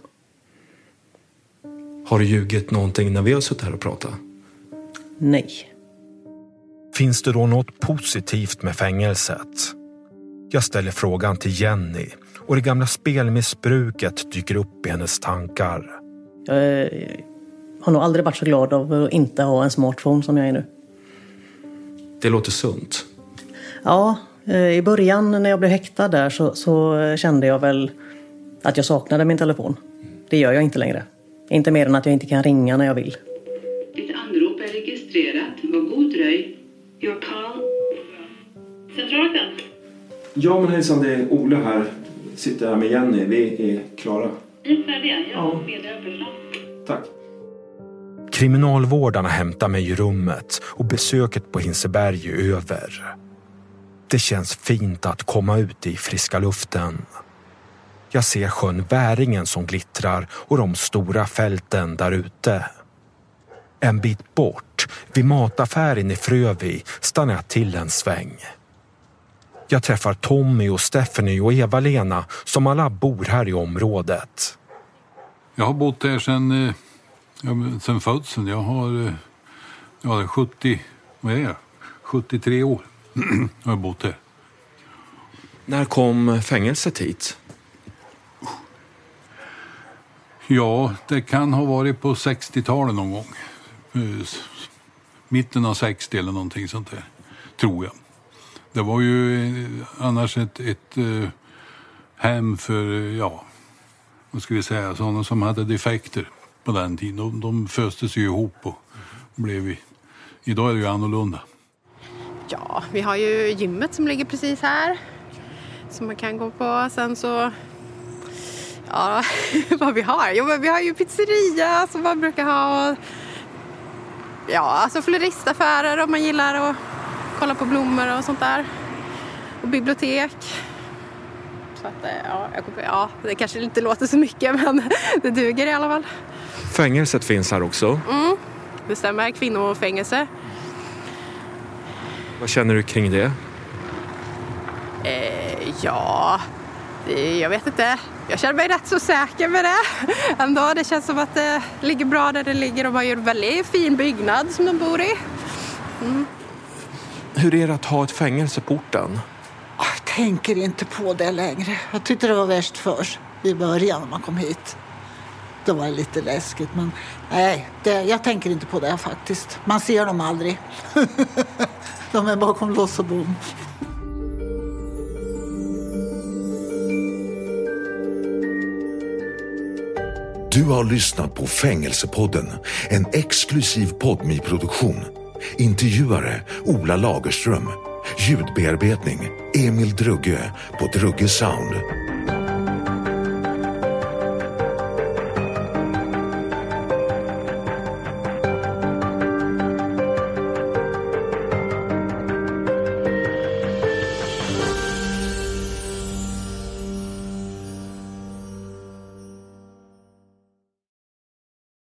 Har du ljugit någonting när vi har suttit här och pratat? Nej. Finns det då något positivt med fängelset? Jag ställer frågan till Jenny och det gamla spelmissbruket dyker upp i hennes tankar. Jag har nog aldrig varit så glad av att inte ha en smartphone som jag är nu. Det låter sunt. Ja, i början när jag blev häktad där så, så kände jag väl att jag saknade min telefon. Det gör jag inte längre. Inte mer än att jag inte kan ringa när jag vill. Ditt anrop är registrerat. Var god dröj. Your call. Centralen. Ja, men hejsan, det är Ola här. Sitter här med Jenny. Vi är klara. Vi är färdiga. Jag meddelar personal. Tack. Kriminalvårdarna hämtar mig i rummet och besöket på Hinseberg är över. Det känns fint att komma ut i friska luften. Jag ser sjön Väringen som glittrar och de stora fälten där ute. En bit bort, vid mataffären i Frövi, stannar jag till en sväng. Jag träffar Tommy och Stephanie och Eva-Lena som alla bor här i området. Jag har bott här sedan, eh, sedan födseln. Jag har ja, sjuttio, vad är det? sjuttiotre år jag har bott här. När kom fängelset hit? Ja, det kan ha varit på sextiotalet någon gång. Mitten av sextio eller någonting sånt där, tror jag. Det var ju annars ett, ett uh, hem för, ja, vad ska vi säga, sådana som hade defekter på den tiden. De, de föstes ju ihop och blev vi. Idag är det ju annorlunda. Ja, vi har ju gymmet som ligger precis här. Som man kan gå på. Sen så, ja, vad vi har. Jo, men vi har ju pizzeria som man brukar ha. Och, ja, alltså floristaffärer om man gillar att kolla på blommor och sånt där. Och bibliotek. Så att, ja, jag kommer, ja, det kanske inte låter så mycket, men det duger i alla fall. Fängelset finns här också. Mm, det stämmer. Kvinnofängelse. Vad känner du kring det? Eh, ja, det, jag vet inte. Jag känner mig rätt så säker med det. Ändå, det känns som att det ligger bra där det ligger. De har ju en väldigt fin byggnad som de bor i. Mm. Hur är det att ha ett fängelse på orten? Jag tänker inte på det längre. Jag tyckte det var värst först i början när man kom hit. Det var lite läskigt, men nej, det, jag tänker inte på det faktiskt. Man ser dem aldrig. De är bakom lås och bom. Du har lyssnat på Fängelsepodden, en exklusiv Podme-produktion. Intervjuare Ola Lagerström. Ljudbearbetning Emil Drugge på Drugge Sound.